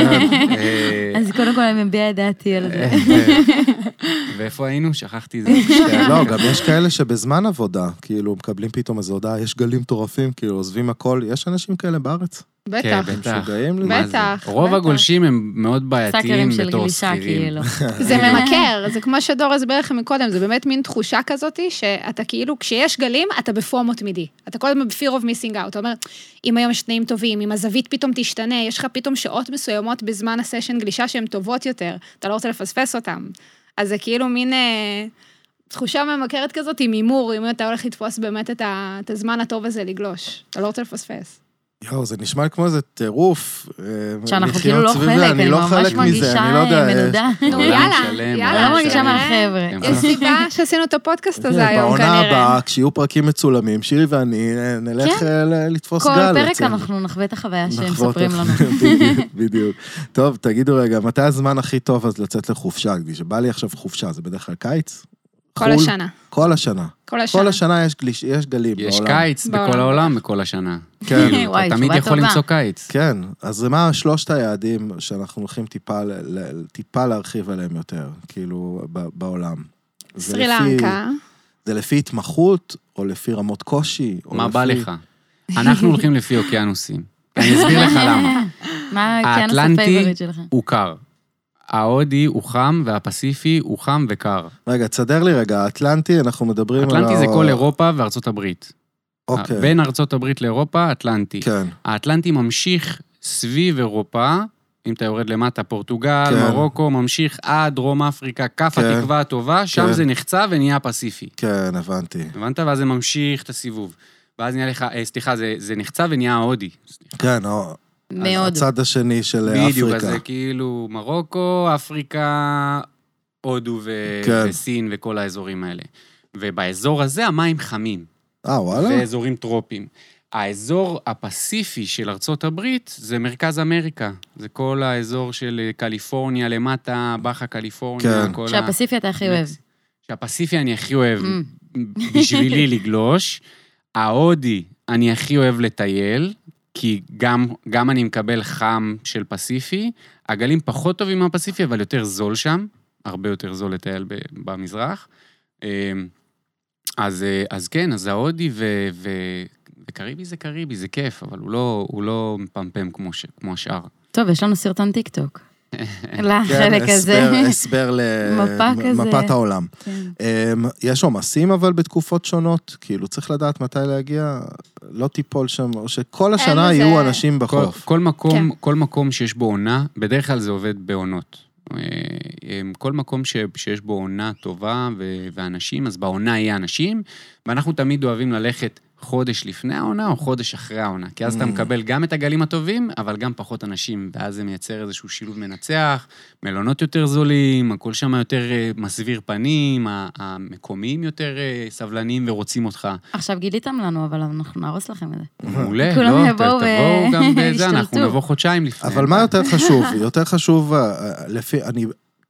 אז קודם כל אני מביע את דעתי על זה. ואיפה היינו? שכחתי זה. לא, גם יש כאלה שבזמן עבודה, כאילו, מקבלים פתאום איזו הודעה, יש גלים טורפים, כאילו, עוזבים הכל. יש אנשים כאלה בארץ? בטח. בטח. רוב הגולשים הם מאוד בעייתיים בתור שכירים. זה ממכר, זה כמו שדור הסביר לכם מקודם, זה באמת מין תחושה כזאת, שאתה כאילו, כשיש גלים, אתה בפומו תמידי. אתה כל הזמן ב-fear of missing out. אתה אומר, אם היום יש תנאים טובים, אם הזווית פתאום תשתנה, יש לך פתאום שעות מסוימות בזמן הסשן גלישה שהן טובות יותר, אתה לא רוצה לפספס אותן. אז זה כאילו מין תחושה ממכרת כזאת עם אימור, אם אתה הולך לתפוס באמת את הזמן הטוב הזה לגלוש. אתה לא רוצה לפספס. יואו, זה נשמע כמו איזה טירוף. שאנחנו כאילו לא חלק, אני ממש מרגישה מנודה. יאללה, יאללה. לא מרגישה מהחבר'ה. יש סיבה שעשינו את הפודקאסט הזה היום, כנראה. בעונה הבאה, כשיהיו פרקים מצולמים, שירי ואני נלך לתפוס גל. כל פרק אנחנו נחווה את החוויה שהם מספרים לנו. בדיוק. טוב, תגידו רגע, מתי הזמן הכי טוב אז לצאת לחופשה? שבא לי עכשיו חופשה, זה בדרך כלל קיץ? כל השנה. כל השנה. כל השנה. כל השנה יש, גליש, יש גלים יש בעולם. יש קיץ בכל העולם, בכל השנה. כן. וואי, אתה תמיד יכול למצוא קיץ. כן, אז מה שלושת היעדים שאנחנו הולכים טיפה, טיפה להרחיב עליהם יותר, כאילו, בעולם? סרי לנקה. זה לפי התמחות, או לפי רמות קושי? מה בא לך? אנחנו הולכים לפי אוקיינוסים. אני אסביר לך למה. מה האוקיינוס הפייבוריט שלך? הוא קר. ההודי הוא חם, והפסיפי הוא חם וקר. רגע, תסדר לי רגע, האטלנטי, אנחנו מדברים על... האטלנטי זה כל אירופה וארצות הברית. אוקיי. בין ארצות הברית לאירופה, אטלנטי. כן. האטלנטי ממשיך סביב אירופה, אם אתה יורד למטה, פורטוגל, כן. מרוקו, ממשיך עד דרום אפריקה, כף כן. התקווה הטובה, שם כן. זה נחצה ונהיה פסיפי. כן, הבנתי. הבנת? ואז זה ממשיך את הסיבוב. ואז נהיה לך, אה, סליחה, זה, זה נחצה ונהיה ההודי. כן, או... מאוד. הצד השני של אפריקה. בדיוק, אז זה כאילו מרוקו, אפריקה, הודו ו... כן. וסין וכל האזורים האלה. ובאזור הזה המים חמים. אה, וואלה? ואזורים טרופיים. האזור הפסיפי של ארצות הברית זה מרכז אמריקה. זה כל האזור של קליפורניה למטה, בחה קליפורניה. כן. כל שהפסיפי אתה הכי אוהב. שהפסיפי אני הכי אוהב בשבילי לגלוש. ההודי אני הכי אוהב לטייל. כי גם, גם אני מקבל חם של פסיפי, הגלים פחות טובים מהפסיפי, אבל יותר זול שם, הרבה יותר זול לטייל במזרח. אז, אז כן, אז ההודי ו, ו, וקריבי זה קריבי, זה כיף, אבל הוא לא, הוא לא מפמפם כמו, ש, כמו השאר. טוב, יש לנו סרטון טיק טוק. לחלק הזה. הסבר למפת העולם. יש עומסים אבל בתקופות שונות, כאילו צריך לדעת מתי להגיע, לא טיפול שם, או שכל השנה יהיו אנשים בחוף. כל מקום שיש בו עונה, בדרך כלל זה עובד בעונות. כל מקום שיש בו עונה טובה ואנשים, אז בעונה יהיה אנשים, ואנחנו תמיד אוהבים ללכת חודש לפני העונה או חודש אחרי העונה, כי אז אתה מקבל גם את הגלים הטובים, אבל גם פחות אנשים, ואז זה מייצר איזשהו שילוב מנצח, מלונות יותר זולים, הכל שם יותר מסביר פנים, המקומיים יותר סבלניים ורוצים אותך. עכשיו גיליתם לנו, אבל אנחנו נהרוס לכם את זה. מעולה, לא, תבואו גם בזה, אנחנו נבוא חודשיים לפני. אבל מה יותר חשוב? יותר חשוב, לפי, אני...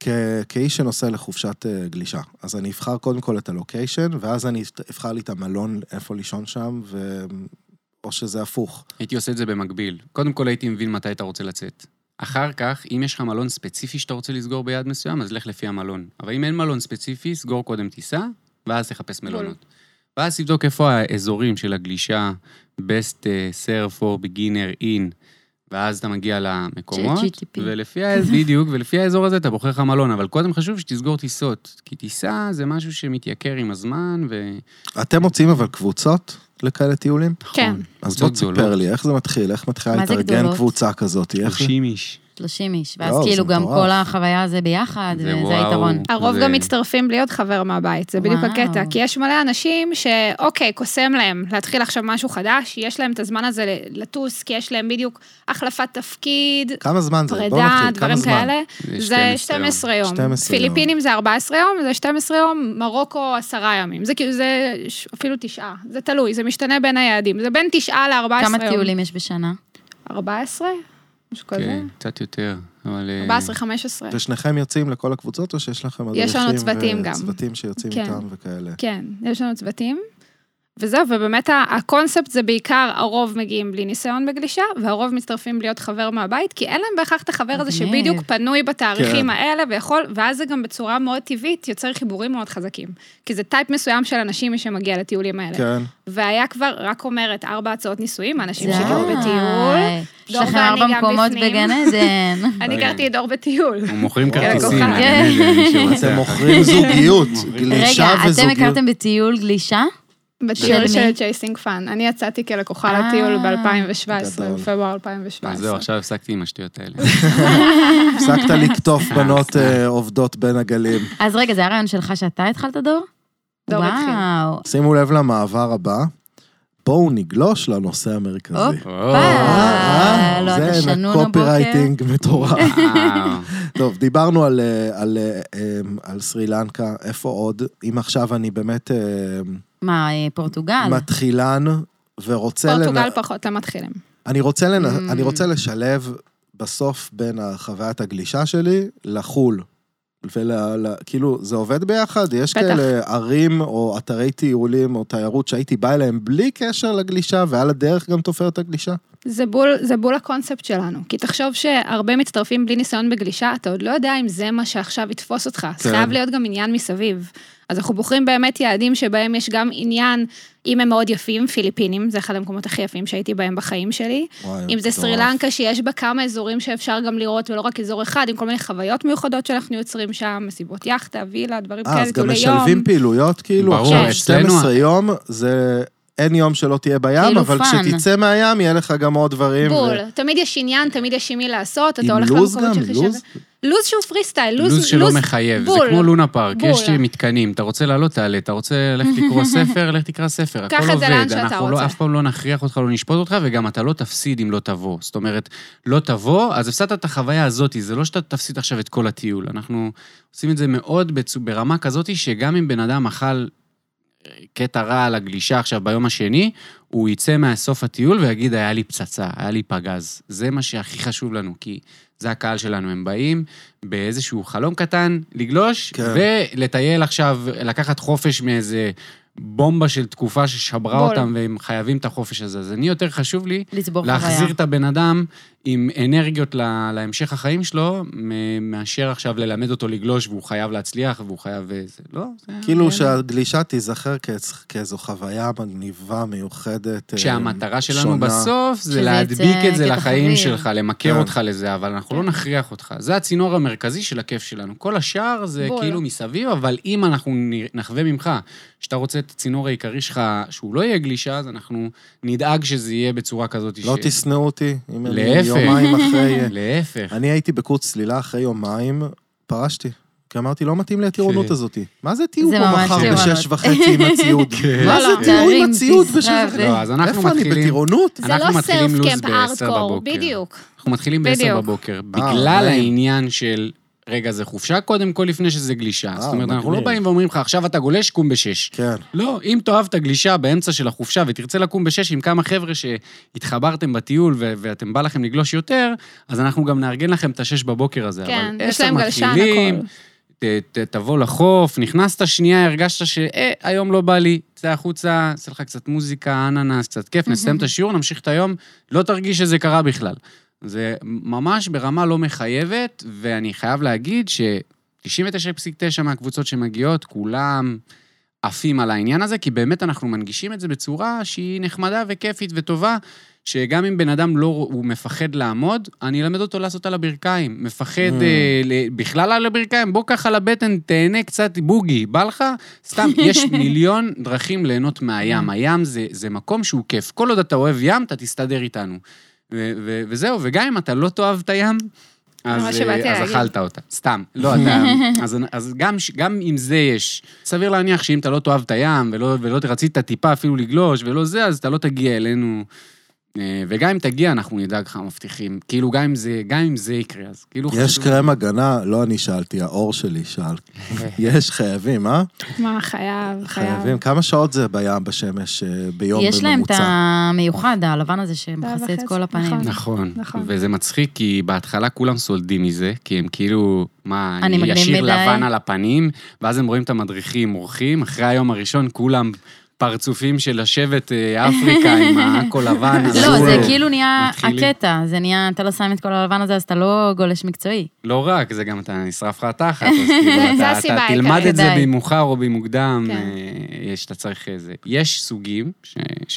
כאיש שנוסע לחופשת גלישה. אז אני אבחר קודם כל את הלוקיישן, ואז אני אבחר לי את המלון, איפה לישון שם, ו... או שזה הפוך. הייתי עושה את זה במקביל. קודם כל הייתי מבין מתי אתה רוצה לצאת. אחר כך, אם יש לך מלון ספציפי שאתה רוצה לסגור ביד מסוים, אז לך לפי המלון. אבל אם אין מלון ספציפי, סגור קודם טיסה, ואז תחפש מלונות. ואז תבדוק איפה האזורים של הגלישה, best serve for beginner in, ואז אתה מגיע למקומות, ולפי האזור, בדיוק, ולפי האזור הזה אתה בוחר לך מלון, אבל קודם חשוב שתסגור טיסות, כי טיסה זה משהו שמתייקר עם הזמן, ו... אתם מוצאים אבל קבוצות לכאלה טיולים? כן. אז בוא תספר לי, איך זה מתחיל? איך מתחילה להתארגן קבוצה כזאת? שלושים איש. שלושים איש, ואז כאילו גם כל החוויה הזה ביחד, וזה היתרון. הרוב גם מצטרפים להיות חבר מהבית, זה בדיוק הקטע, כי יש מלא אנשים שאוקיי, קוסם להם להתחיל עכשיו משהו חדש, יש להם את הזמן הזה לטוס, כי יש להם בדיוק החלפת תפקיד, כמה זמן זה? פרידה, דברים כאלה, זה שתים עשרה יום. פיליפינים זה ארבע עשרה יום, זה שתים עשרה יום, מרוקו עשרה ימים, זה כאילו, זה אפילו תשעה, זה תלוי, זה משתנה בין היעדים, זה בין תשעה ל-ארבע עשרה יום. כמה טיולים יש בשנה? ארבע עשרה? משהו כזה. כן, קצת יותר, אבל... ארבע עשרה חמש עשרה. ושניכם יוצאים לכל הקבוצות, או שיש לכם מדריכים? יש לנו צוותים גם. צוותים שיוצאים איתם וכאלה. כן, יש לנו צוותים. וזהו, ובאמת הקונספט זה בעיקר, הרוב מגיעים בלי ניסיון בגלישה, והרוב מצטרפים להיות חבר מהבית, כי אין להם בהכרח את החבר הזה שבדיוק פנוי בתאריכים האלה, ויכול, ואז זה גם בצורה מאוד טבעית, יוצר חיבורים מאוד חזקים. כי זה טייפ מסוים של אנשים שמגיע לטיולים האלה. כן. והיה כבר, רק אומרת, ארבע הצעות ניסויים, אנשים שגרו בטיול. יש לכם ארבע מקומות בגן עדן. אני גרתי דור בטיול. מוכרים כרטיסים. אתם מוכרים זוגיות, גלישה וזוגיות. רגע, אתם הכרתם בטיול גלישה? בטיול של צ'ייסינג פאן. אני יצאתי כלקוחה לטיול ב-אלפיים שבע עשרה, בפברואר אלפיים שבע עשרה. זהו, עכשיו הפסקתי עם השטויות האלה. הפסקת לקטוף בנות עובדות בין הגלים. אז רגע, זה הרעיון שלך שאתה התחלת דור? דור התחיל. שימו לב למעבר הבא. בואו נגלוש לנושא המרכזי. הופה, לא, אתה שנון הבוקר. זה קופירייטינג מטורף. טוב, דיברנו על, על, על סרי לנקה, איפה עוד? אם עכשיו אני באמת... מה, פורטוגל? מתחילן, ורוצה... פורטוגל פחות למתחילים. אני רוצה, לנ... אני רוצה לשלב בסוף בין החוויית הגלישה שלי לחול. וכאילו, זה עובד ביחד? יש בטח. כאלה ערים או אתרי טיולים או תיירות שהייתי בא אליהם בלי קשר לגלישה, ועל הדרך גם תופר את הגלישה? זה בול, זה בול הקונספט שלנו, כי תחשוב שהרבה מצטרפים בלי ניסיון בגלישה, אתה עוד לא יודע אם זה מה שעכשיו יתפוס אותך, כן. זה חייב להיות גם עניין מסביב. אז אנחנו בוחרים באמת יעדים שבהם יש גם עניין, אם הם מאוד יפים, פיליפינים, זה אחד המקומות הכי יפים שהייתי בהם בחיים שלי, וואי, אם זה סרי לנקה שיש בה כמה אזורים שאפשר גם לראות, ולא רק אזור אחד, עם כל מיני חוויות מיוחדות שאנחנו יוצרים שם, מסיבות יחטה, וילה, דברים כאלה, אז גם משלבים פעילויות, כאילו, עכשיו שתים עשרה יום, זה... אין יום שלא תהיה בים, אבל כשתצא מהים, יהיה לך גם עוד דברים. בול, תמיד יש עניין, תמיד יש עם מי לעשות, אתה הולך למקומות של חישב. לוז שהוא פרי סטייל, לוז שלא מחייב, זה כמו לונה פארק, יש מתקנים, אתה רוצה לעלות, תעלה, אתה רוצה ללכת לקרוא ספר, לך תקרא ספר, הכל עובד, אנחנו אף פעם לא נכריח אותך, לא נשפוט אותך, וגם אתה לא תפסיד אם לא תבוא, זאת אומרת, לא תבוא, אז הפסדת את החוויה הזאת, זה לא שאתה תפסיד עכשיו את כל הטיול, אנחנו עושים את זה מאוד ברמה כזאת, שגם אם בן אדם אכל קטע רע על הגלישה עכשיו ביום השני, הוא יצא מהסוף הטיול ויגיד, היה לי פצצה, היה לי פגז. זה מה שהכי חשוב לנו, כי זה הקהל שלנו, הם באים באיזשהו חלום קטן, לגלוש, כן. ולטייל עכשיו, לקחת חופש מאיזה בומבה של תקופה ששברה בול. אותם, והם חייבים את החופש הזה. אז אני יותר חשוב לי, להחזיר חוויה. את הבן אדם עם אנרגיות לה, להמשך החיים שלו, מאשר עכשיו ללמד אותו לגלוש, והוא חייב להצליח, והוא חייב... זה, לא, זה כאילו שהגלישה תיזכר כאיזו חוויה מגניבה, מיוחדת, שהמטרה שלנו שונה. בסוף, זה להדביק את זה לחיים חביר. שלך, למכר כן. אותך לזה, אבל אנחנו כן. לא נכריח אותך. זה הצינור המרכזי של הכיף שלנו. כל השאר זה בול. כאילו מסביב, אבל אם אנחנו נחווה ממך, שאתה רוצה את הצינור העיקרי שלך, שהוא לא יהיה גלישה, אז אנחנו נדאג שזה יהיה בצורה כזאת. לא ש... תסנאו אותי. להפך. יומיים אחרי... להפך. אני הייתי בקורס צלילה אחרי יומיים, פרשתי. כי אמרתי, לא מתאים לי הטירונות הזאת. מה זה תהיו פה מחר בשש וחצי עם הציוד? מה זה תהיו עם הציוד בשש וחצי? לא, אז אנחנו מתחילים... איפה אני בטירונות? זה לא סרף-קמפ הארדקור, בדיוק. אנחנו מתחילים בעשר בבוקר, בגלל העניין של... רגע, זה חופשה קודם כל לפני שזה גלישה. זאת אומרת, אנחנו לא באים ואומרים לך, עכשיו אתה גולש, קום בשש. כן. לא, אם תאהב את הגלישה באמצע של החופשה, ותרצה לקום בשש עם כמה חבר'ה שהתחברתם בטיול, ואתם בא לכם לגלוש יותר, אז אנחנו גם נארגן לכם את השש בבוקר הזה. כן, יש להם גלשן הכל. תבוא לחוף, נכנסת שנייה, הרגשת ש, אה, היום לא בא לי, צא החוצה, עשה לך קצת מוזיקה, אננס, קצת כיף, נסיים את השיעור, נמשיך את היום, לא תרגיש שזה קרה בכלל. זה ממש ברמה לא מחייבת, ואני חייב להגיד ש-תשעים ותשע נקודה תשע מהקבוצות שמגיעות, כולם עפים על העניין הזה, כי באמת אנחנו מנגישים את זה בצורה שהיא נחמדה וכיפית וטובה, שגם אם בן אדם לא, הוא מפחד לעמוד, אני אלמד אותו לעשות על הברכיים. מפחד mm. אה, בכלל על הברכיים, בוא ככה לבטן, תהנה קצת בוגי, בא לך? סתם, יש מיליון דרכים ליהנות מהים. הים זה, זה מקום שהוא כיף. כל עוד אתה אוהב ים, אתה תסתדר איתנו. ו- ו- וזהו, וגם אם אתה לא תאהב את הים, אז, אז אכלת אותה. סתם. לא, אתה, אז, אז גם, גם אם זה יש, סביר להניח שאם אתה לא תאהב את הים, ולא, ולא תרצית את הטיפה אפילו לגלוש, ולא זה, אז אתה לא תגיע אלינו. וגם אם תגיע, אנחנו נדאג לך מבטיחים. כאילו, גם אם זה, גם אם זה יקרה, אז כאילו... יש קרם הגנה, לא אני שאלתי, האור שלי שאל. יש חייבים, אה? מה, חייב, חייבים. כמה שעות זה בים בשמש ביום בממוצע? יש להם את המיוחד, הלבן הזה שמכסה את כל הפנים. נכון, וזה מצחיק, כי בהתחלה כולם סולדים מזה, כי הם כאילו, מה, ישיר לבן על הפנים, ואז הם רואים את המדריכים, אורחים, אחרי היום הראשון כולם... פרצופים של לשבת אפריקה עם הכל לבן. לא, זה כאילו נהיה הקטע, זה נהיה, אתה לא שם את כל הלבן הזה, אז אתה לא גולש מקצועי. לא רק, זה גם אתה נשרף לך תחת, אתה תלמד את זה במאוחר או במוקדם, שאתה צריך איזה. יש סוגים,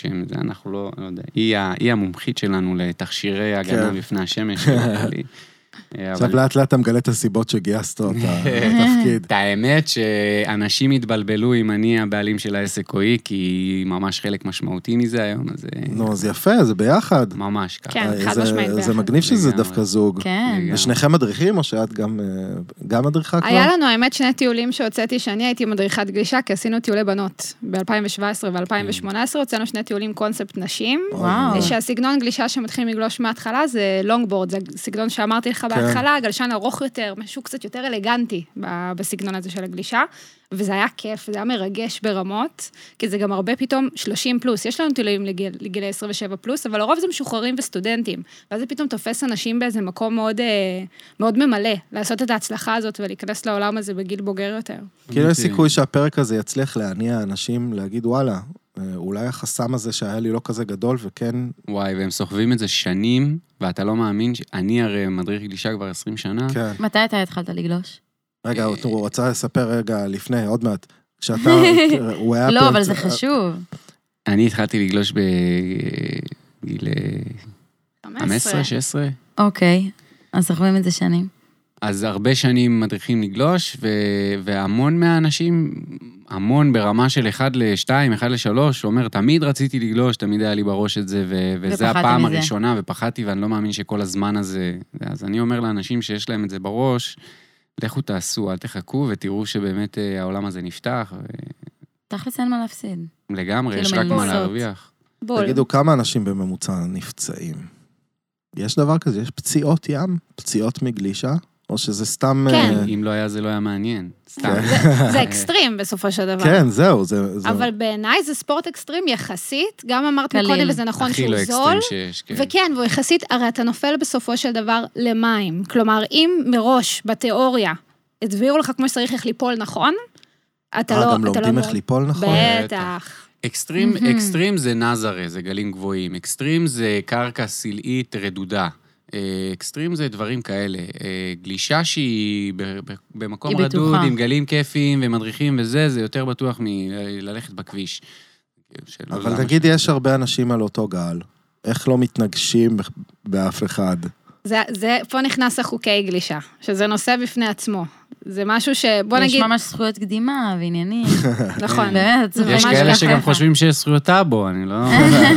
שאנחנו לא יודע, היא המומחית שלנו לתכשירי הגנה בפני השמש, עכשיו לאט לאט אתה מגלה את הסיבות שגייסת את התפקיד. את האמת שאנשים התבלבלו אם אני הבעלים של העסק או היא, כי ממש חלק משמעותי מזה היום, אז... נו, זה יפה, זה ביחד. ממש ככה. כן, חד משמעית ביחד. זה מגניב שזה דווקא זוג. כן. ושניכם מדריכים, או שאת גם מדריכה כבר? היה לנו, האמת, שני טיולים שהוצאתי, שאני הייתי מדריכת גלישה, כי עשינו טיולי בנות. ב-אלפיים שבע עשרה ו-אלפיים שמונה עשרה הוצאנו שני טיולים קונספט נשים. וואו. שהסגנון גלישה שמתחילים לגלוש מההתחלה, זה לונגבורד, זה סגנון שאמרתי לך בהתחלה, גלשן ארוך יותר, משהו קצת יותר אלגנטי בסגנון הזה של הגלישה, וזה היה כיף, זה היה מרגש ברמות, כי זה גם הרבה פתאום שלושים פלוס, יש לנו טיולים לגילי עשרים ושבע פלוס, אבל לרוב זה משוחררים וסטודנטים, ואז זה פתאום תופס אנשים באיזה מקום מאוד, מאוד ממלא, לעשות את ההצלחה הזאת ולהיכנס לעולם הזה בגיל בוגר יותר. כאילו יש סיכוי שהפרק הזה יצליח להניע אנשים להגיד, וואלה, אולי החסם הזה שהיה לי לא כזה גדול, וכן... וואי, והם סוחבים את זה שנים, ואתה לא מאמין שאני הרי מדריך גלישה כבר עשרים שנה. כן. מתי אתה התחלת לגלוש? רגע, הוא רצה לספר רגע לפני, עוד מעט. כשאתה... לא, אבל זה חשוב. אני התחלתי לגלוש בגיל... חמש עשרה, שש עשרה. אוקיי, אז סוחבים את זה שנים. אז הרבה שנים מדריכים לגלוש, והמון מהאנשים, המון ברמה של אחד לשתיים, אחד לשלוש, אומר, תמיד רציתי לגלוש, תמיד היה לי בראש את זה, וזה הפעם הראשונה, ופחדתי, ואני לא מאמין שכל הזמן הזה... אז אני אומר לאנשים שיש להם את זה בראש, לכו תעשו, אל תחכו, ותראו שבאמת העולם הזה נפתח. תכלס אין מה להפסיד. לגמרי, יש רק מה להרוויח. תגידו, כמה אנשים בממוצע נפצעים? יש דבר כזה? יש פציעות ים? פציעות מגלישה? או שזה סתם... כן. אם לא היה, זה לא היה מעניין. סתם. זה אקסטרים בסופו של דבר. כן, זהו. אבל בעיניי זה ספורט אקסטרים יחסית, גם אמרת מקודם, וזה נכון שהוא זול. הכי לא אקסטרים שיש, כן. וכן, והוא יחסית, הרי אתה נופל בסופו של דבר למים. כלומר, אם מראש, בתיאוריה, הדבירו לך כמו שצריך איך ליפול נכון, אתה לא... גם לומדים איך ליפול נכון? בטח. אקסטרים, אקסטרים זה נזרה, זה גלים גבוהים. אקסטרים זה קרקע סלעית רדודה. אקסטרים זה דברים כאלה. גלישה שהיא במקום רדוד, עם גלים כיפיים ומדריכים וזה, זה יותר בטוח מללכת בכביש. אבל תגיד, יש הרבה אנשים על אותו גל. איך לא מתנגשים באף אחד? זה, פה נכנס החוקי גלישה, שזה נושא בפני עצמו. זה משהו שבוא נגיד... יש ממש זכויות קדימה ועניינים. נכון. באמת, זה ממש יש כאלה שגם חושבים שיש זכויות טאבו, אני לא...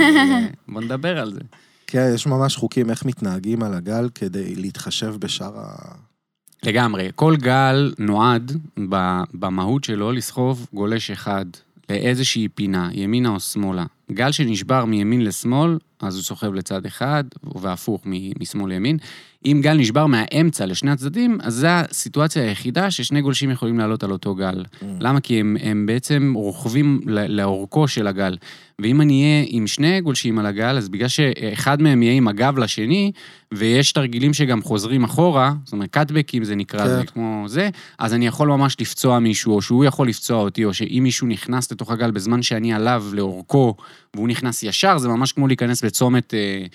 בוא נדבר על זה. כן, יש ממש חוקים איך מתנהגים על הגל כדי להתחשב בשאר ה... לגמרי. כל גל נועד במהות שלו לסחוב גולש אחד לאיזושהי פינה, ימינה או שמאלה. גל שנשבר מימין לשמאל, אז הוא סוחב לצד אחד, והפוך משמאל לימין. אם גל נשבר מהאמצע לשני הצדדים, אז זו הסיטואציה היחידה ששני גולשים יכולים לעלות על אותו גל. Mm. למה? כי הם, הם בעצם רוכבים לאורכו של הגל. ואם אני אהיה עם שני גולשים על הגל, אז בגלל שאחד מהם יהיה עם הגב לשני, ויש תרגילים שגם חוזרים אחורה, זאת אומרת, קאטבקים זה נקרא, כן. זה כמו זה, אז אני יכול ממש לפצוע מישהו, או שהוא יכול לפצוע אותי, או שאם מישהו נכנס לתוך הגל בזמן שאני עליו לאורכו, והוא נכנס ישר, זה ממש כמו להיכנס בצומת,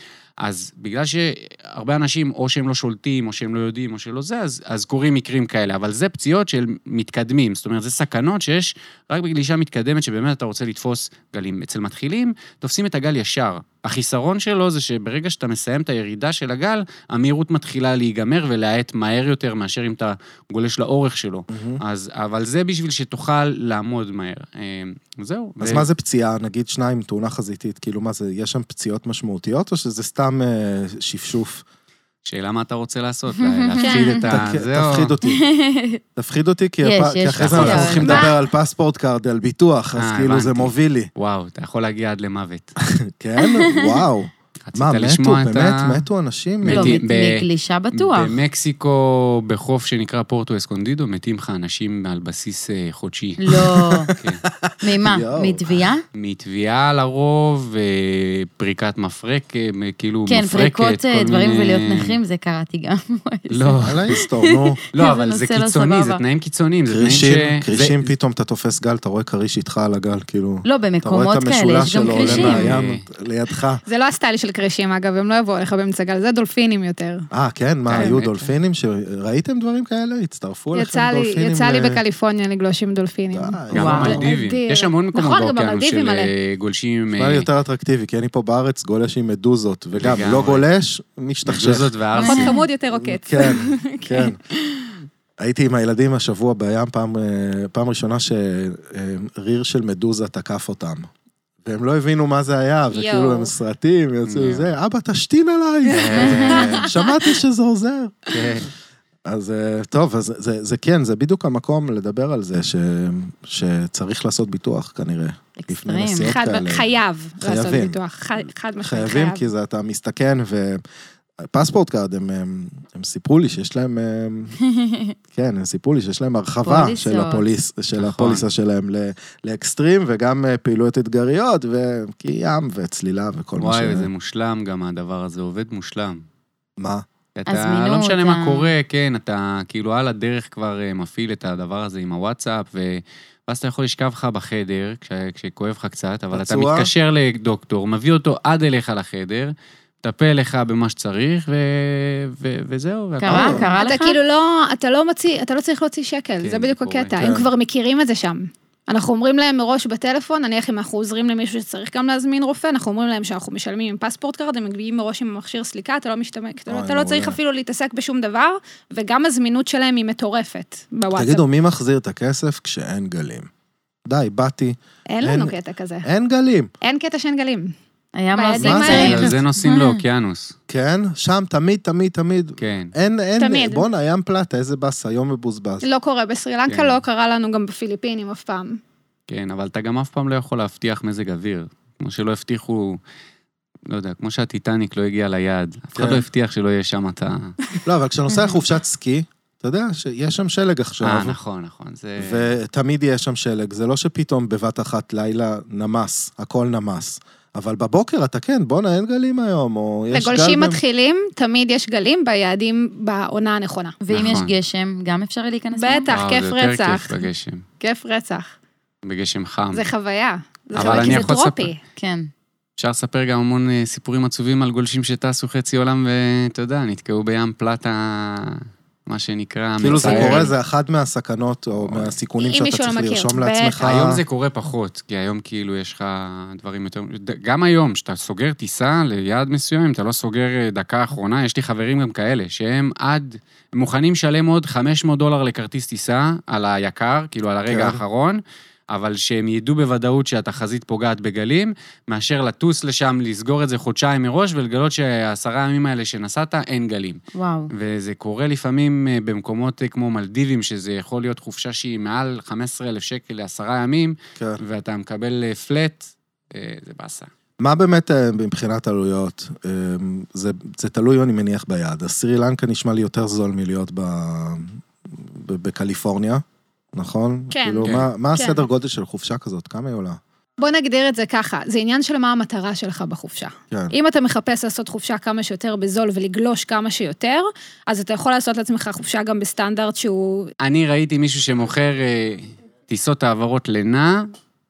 אז בגלל שהרבה אנשים, או שהם לא שולטים, או שהם לא יודעים, או שלא זה, אז, אז קורים מקרים כאלה, אבל זה פציעות של מתקדמים, זאת אומרת, זה סכנות שיש רק בגלישה מתקדמת, שבאמת אתה רוצה לתפוס גלים. אצל מתחילים, תופסים את הגל ישר. החיסרון שלו זה שברגע שאתה מסיים את הירידה של הגל, המהירות מתחילה להיגמר ולהעט מהר יותר מאשר אם אתה גולש לאורך שלו. Mm-hmm. אז, אבל זה בשביל שתוכל לעמוד מהר. זהו. אז ו... מה זה פציעה? נגיד שניים, תאונה חזיתית, כאילו מה זה, יש שם פציעות משמעותיות, או שזה סתם אה, שפשוף? שאלה מה אתה רוצה לעשות, להפחיד את ה... תפחיד אותי. תפחיד אותי, כי אחרי זה אנחנו הולכים לדבר על פספורט קארד, על ביטוח, אז כאילו זה מוביל לי. וואו, אתה יכול להגיע עד למוות. כן? וואו. מה, מתו? באמת? מתו אנשים? לא, מגלישה בטוח. במקסיקו, בחוף שנקרא פורטו אסקונדידו, מתים לך אנשים על בסיס חודשי. לא. ממה? מתביעה? מתביעה לרוב, פריקת מפרק, כאילו כן, מפרקת. כן, פריקות דברים ולהיות נכים, זה קראתי גם. לא. על ההיסטור, נו. לא, אבל זה קיצוני, זה תנאים קיצוניים. קרישים, פתאום אתה תופס גל, אתה רואה קריש איתך על הגל, כאילו. לא, במקומות כאלה יש גם קרישים. לידך. זה לא הסטייל של קרישים, אגב, הם לא יבואו לך באמצע גל, זה דולפינים יותר. אה, כן? מה, היו דולפינים? שראיתם דברים כאלה? הצטרפו לכם דולפינים? יצא לי בקליפורניה לגלוש עם דולפינים. גם במלדיבים. יש המון מקומות באוקיינוס של גולשים. נשמע לי יותר אטרקטיבי, כי אני פה בארץ גולש עם מדוזות, וגם לא גולש, משתחשך. מדוזות וארסים. פחות חמוד יותר עוקץ. כן, כן. הייתי עם הילדים השבוע בים, פעם, פעם ראשונה שריר של מדוזה תקף אותם. והם לא הבינו מה זה היה, וכאילו הם סרטים, יוצאו זה, אבא, תשתין עליי. שמעתי שזה עוזר. אז טוב, אז זה, זה כן, זה בדיוק המקום לדבר על זה, ש, שצריך לעשות ביטוח כנראה. אקסטרים. חד, חייב לעשות ביטוח, חד, חד משמעית חייב. חייבים, כי זה אתה מסתכן, ופספורט קארד, הם, הם, הם סיפרו לי שיש להם, כן, הם סיפרו לי שיש להם הרחבה של, הפוליס, של הפוליסה שלהם לאקסטרים, וגם פעילויות אתגריות, וכי ים וצלילה וכל מה ש... וואי, זה מושלם גם, הדבר הזה עובד מושלם. מה? אתה לא משנה מה קורה, כן, אתה כאילו על הדרך כבר מפעיל את הדבר הזה עם הוואטסאפ, ואז אתה יכול לשכב לך בחדר, כשכואב לך קצת, אבל אתה מתקשר לדוקטור, מביא אותו עד אליך לחדר, טפל לך במה שצריך, וזהו. קרה, קרה לך? אתה כאילו לא, אתה לא מוציא, אתה לא צריך להוציא שקל, זה בדיוק הקטע, הם כבר מכירים את זה שם. אנחנו אומרים להם מראש בטלפון, נניח אם אנחנו עוזרים למישהו שצריך גם להזמין רופא, אנחנו אומרים להם שאנחנו משלמים עם פספורט קארד, הם מגיעים מראש עם מכשיר סליקה, אתה לא משתמק, אתה לא צריך אפילו להתעסק בשום דבר, וגם הזמינות שלהם היא מטורפת בוואטסאפ. תגידו, מי מחזיר את הכסף כשאין גלים? די, באתי. אין לנו קטע כזה. אין גלים. אין קטע שאין גלים. היה מה זה? זה נוסעים לאוקיינוס. כן, שם תמיד, תמיד, תמיד. כן. אין, אין, בוא נים פלטה, איזה בס, היום מבוזבז. לא קורה, בסרילנקה לא קרה לנו גם בפיליפינים אף פעם. כן, אבל אתה גם אף פעם לא יכול להבטיח מזג אוויר. כמו שלא הבטיחו, לא יודע, כמו שהטיטניק לא הגיע ליעד. אף אחד לא הבטיח שלא יהיה שם אתה... לא, אבל כשנוסע לחופשת סקי, אתה יודע שיש שם שלג עכשיו. אה, נכון, נכון. ותמיד יש שם שלג. זה לא שפתאום בבת אחת לילה נמס, הכל נמס. אבל בבוקר אתה כן, בוא נהן גלים היום, או יש גל... לגולשים מתחילים, תמיד יש גלים ביעדים בעונה הנכונה. ואם יש גשם, גם אפשר להיכנס? בטח, כיף רצח. זה יותר כיף בגשם. כיף רצח. בגשם חם. זה חוויה. זה אבל חוויה, אני כי זה יכול טרופי. לספר. כן. אפשר לספר גם המון סיפורים עצובים על גולשים שטסו חצי עולם, ואתה יודע, נתקעו בים פלטה, מה שנקרא... כאילו זה קורה, זה אחד מהסכנות, או מהסיכונים שאתה צריך לרשום לעצמך. היום זה קורה פחות, כי היום כאילו יש לך דברים יותר... גם היום, שאתה סוגר טיסה ליעד מסוים, אתה לא סוגר דקה האחרונה, יש לי חברים גם כאלה, שהם עד... מוכנים לשלם עוד חמש מאות דולר לכרטיס טיסה, על היקר, כאילו על הרגע האחרון, אבל שהם ידעו בוודאות שהתחזית פוגעת בגלים, מאשר לטוס לשם, לסגור את זה חודשיים מראש, ולגלות שהעשרה ימים האלה שנסעת, אין גלים. וואו. וזה קורה לפעמים במקומות כמו מלדיבים, שזה יכול להיות חופשה שהיא מעל חמישה עשר אלף שקל לעשרה ימים, כן. ואתה מקבל פלט, זה בסה. מה באמת מבחינת עלויות? זה, זה תלוי, אני מניח, ביד. הסרילנקה נשמע לי יותר זול מלהיות ב, ב, בקליפורניה. נכון? כן. כאילו, כן. מה, מה כן. הסדר גודל של חופשה כזאת? כמה היא עולה? בוא נגדיר את זה ככה, זה עניין של מה המטרה שלך בחופשה. כן. אם אתה מחפש לעשות חופשה כמה שיותר בזול ולגלוש כמה שיותר, אז אתה יכול לעשות לעצמך חופשה גם בסטנדרט שהוא... אני ראיתי מישהו שמוכר אה, טיסות העברות לינה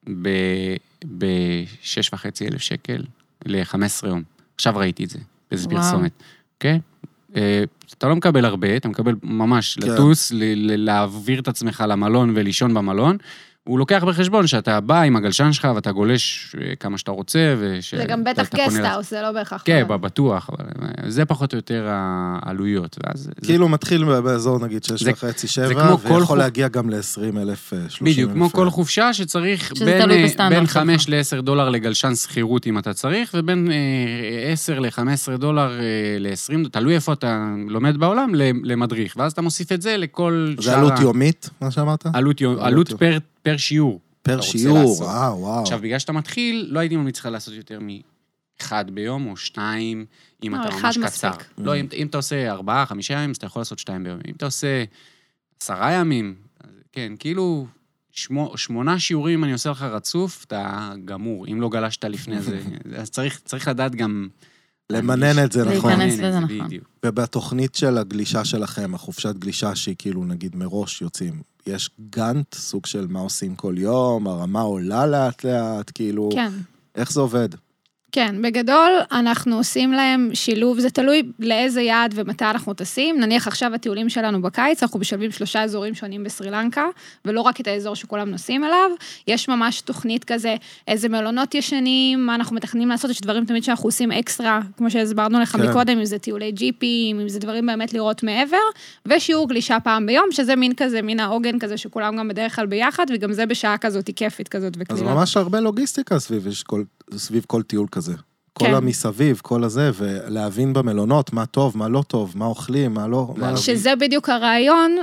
ב-שש וחצי אלף שקל ל-חמישה עשר יום. עכשיו ראיתי את זה, באיזה פרסומת. אוקיי? אה, אתה לא מקבל הרבה, אתה מקבל ממש כן. לטוס, להעביר את עצמך למלון ולישון במלון, הוא לוקח בחשבון שאתה בא עם הגלשן שלך, ואתה גולש כמה שאתה רוצה, וש... זה גם בטח גסטהאוס, זה לא בהכרח. כן, בטוח, אבל זה פחות או יותר העלויות. כאילו מתחיל באזור, נגיד, שש וחצי, שבע, ויכול להגיע גם ל-עשרים אלף, שלושים אלף. בדיוק, כמו כל חופשה שצריך בין חמש לעשר דולר לגלשן סחירות, אם אתה צריך, ובין עשר לחמש עשרה דולר ל-עשרים, תלוי איפה אתה לומד בעולם, למדריך, ואז אתה מוסיף את זה לכל... זה עלות יומית, מה שאמרת? עלות פר פר שיעור. פר שיעור, וואו, וואו. עכשיו, בגלל שאתה מתחיל, לא הייתי ממליץ לך לעשות יותר מאחד ביום, או שתיים, אם אתה ממש קצר. לא, אם אתה עושה ארבעה, חמישה ימים, אז אתה יכול לעשות שתיים ביום. אם אתה עושה עשרה ימים, כן, כאילו, שמונה שיעורים, אם אני עושה לך רצוף, אתה גמור. אם לא גלשת לפני זה, אז צריך לדעת גם... למנן את זה, נכון. להיכנס לזה, נכון. ובתוכנית של הגלישה שלכם, החופשת גלישה שהיא כאילו, נגיד, מראש יוצאים, יש גאנט, סוג של מה עושים כל יום, הרמה עולה לאט לאט, כאילו... כן. איך זה עובד? כן, בגדול אנחנו עושים להם שילוב, זה תלוי לאיזה יעד ומתי אנחנו טסים, נניח עכשיו הטיולים שלנו בקיץ, אנחנו משלבים שלושה אזורים שונים בסרילנקה, ולא רק את האזור שכולם נוסעים אליו, יש ממש תוכנית כזה, איזה מלונות ישנים, מה אנחנו מתכננים לעשות, יש דברים תמיד שאנחנו עושים אקסטרה, כמו שהסברנו לך כן. מקודם, אם זה טיולי ג'יפים, אם זה דברים באמת לראות מעבר, ושיעור גלישה פעם ביום, שזה מין כזה, מין העוגן כזה, שכולם גם בדרך כלל ביחד, וגם זה בשעה כזאת כיפית כזאת וקלילה. אז ממש הרבה לוגיסטיקה סביב, כל, סביב כל טיול כזה. כל כן. המסביב, כל הזה, ולהבין במלונות מה טוב, מה לא טוב, מה אוכלים, מה לא... שזה בדיוק הרעיון,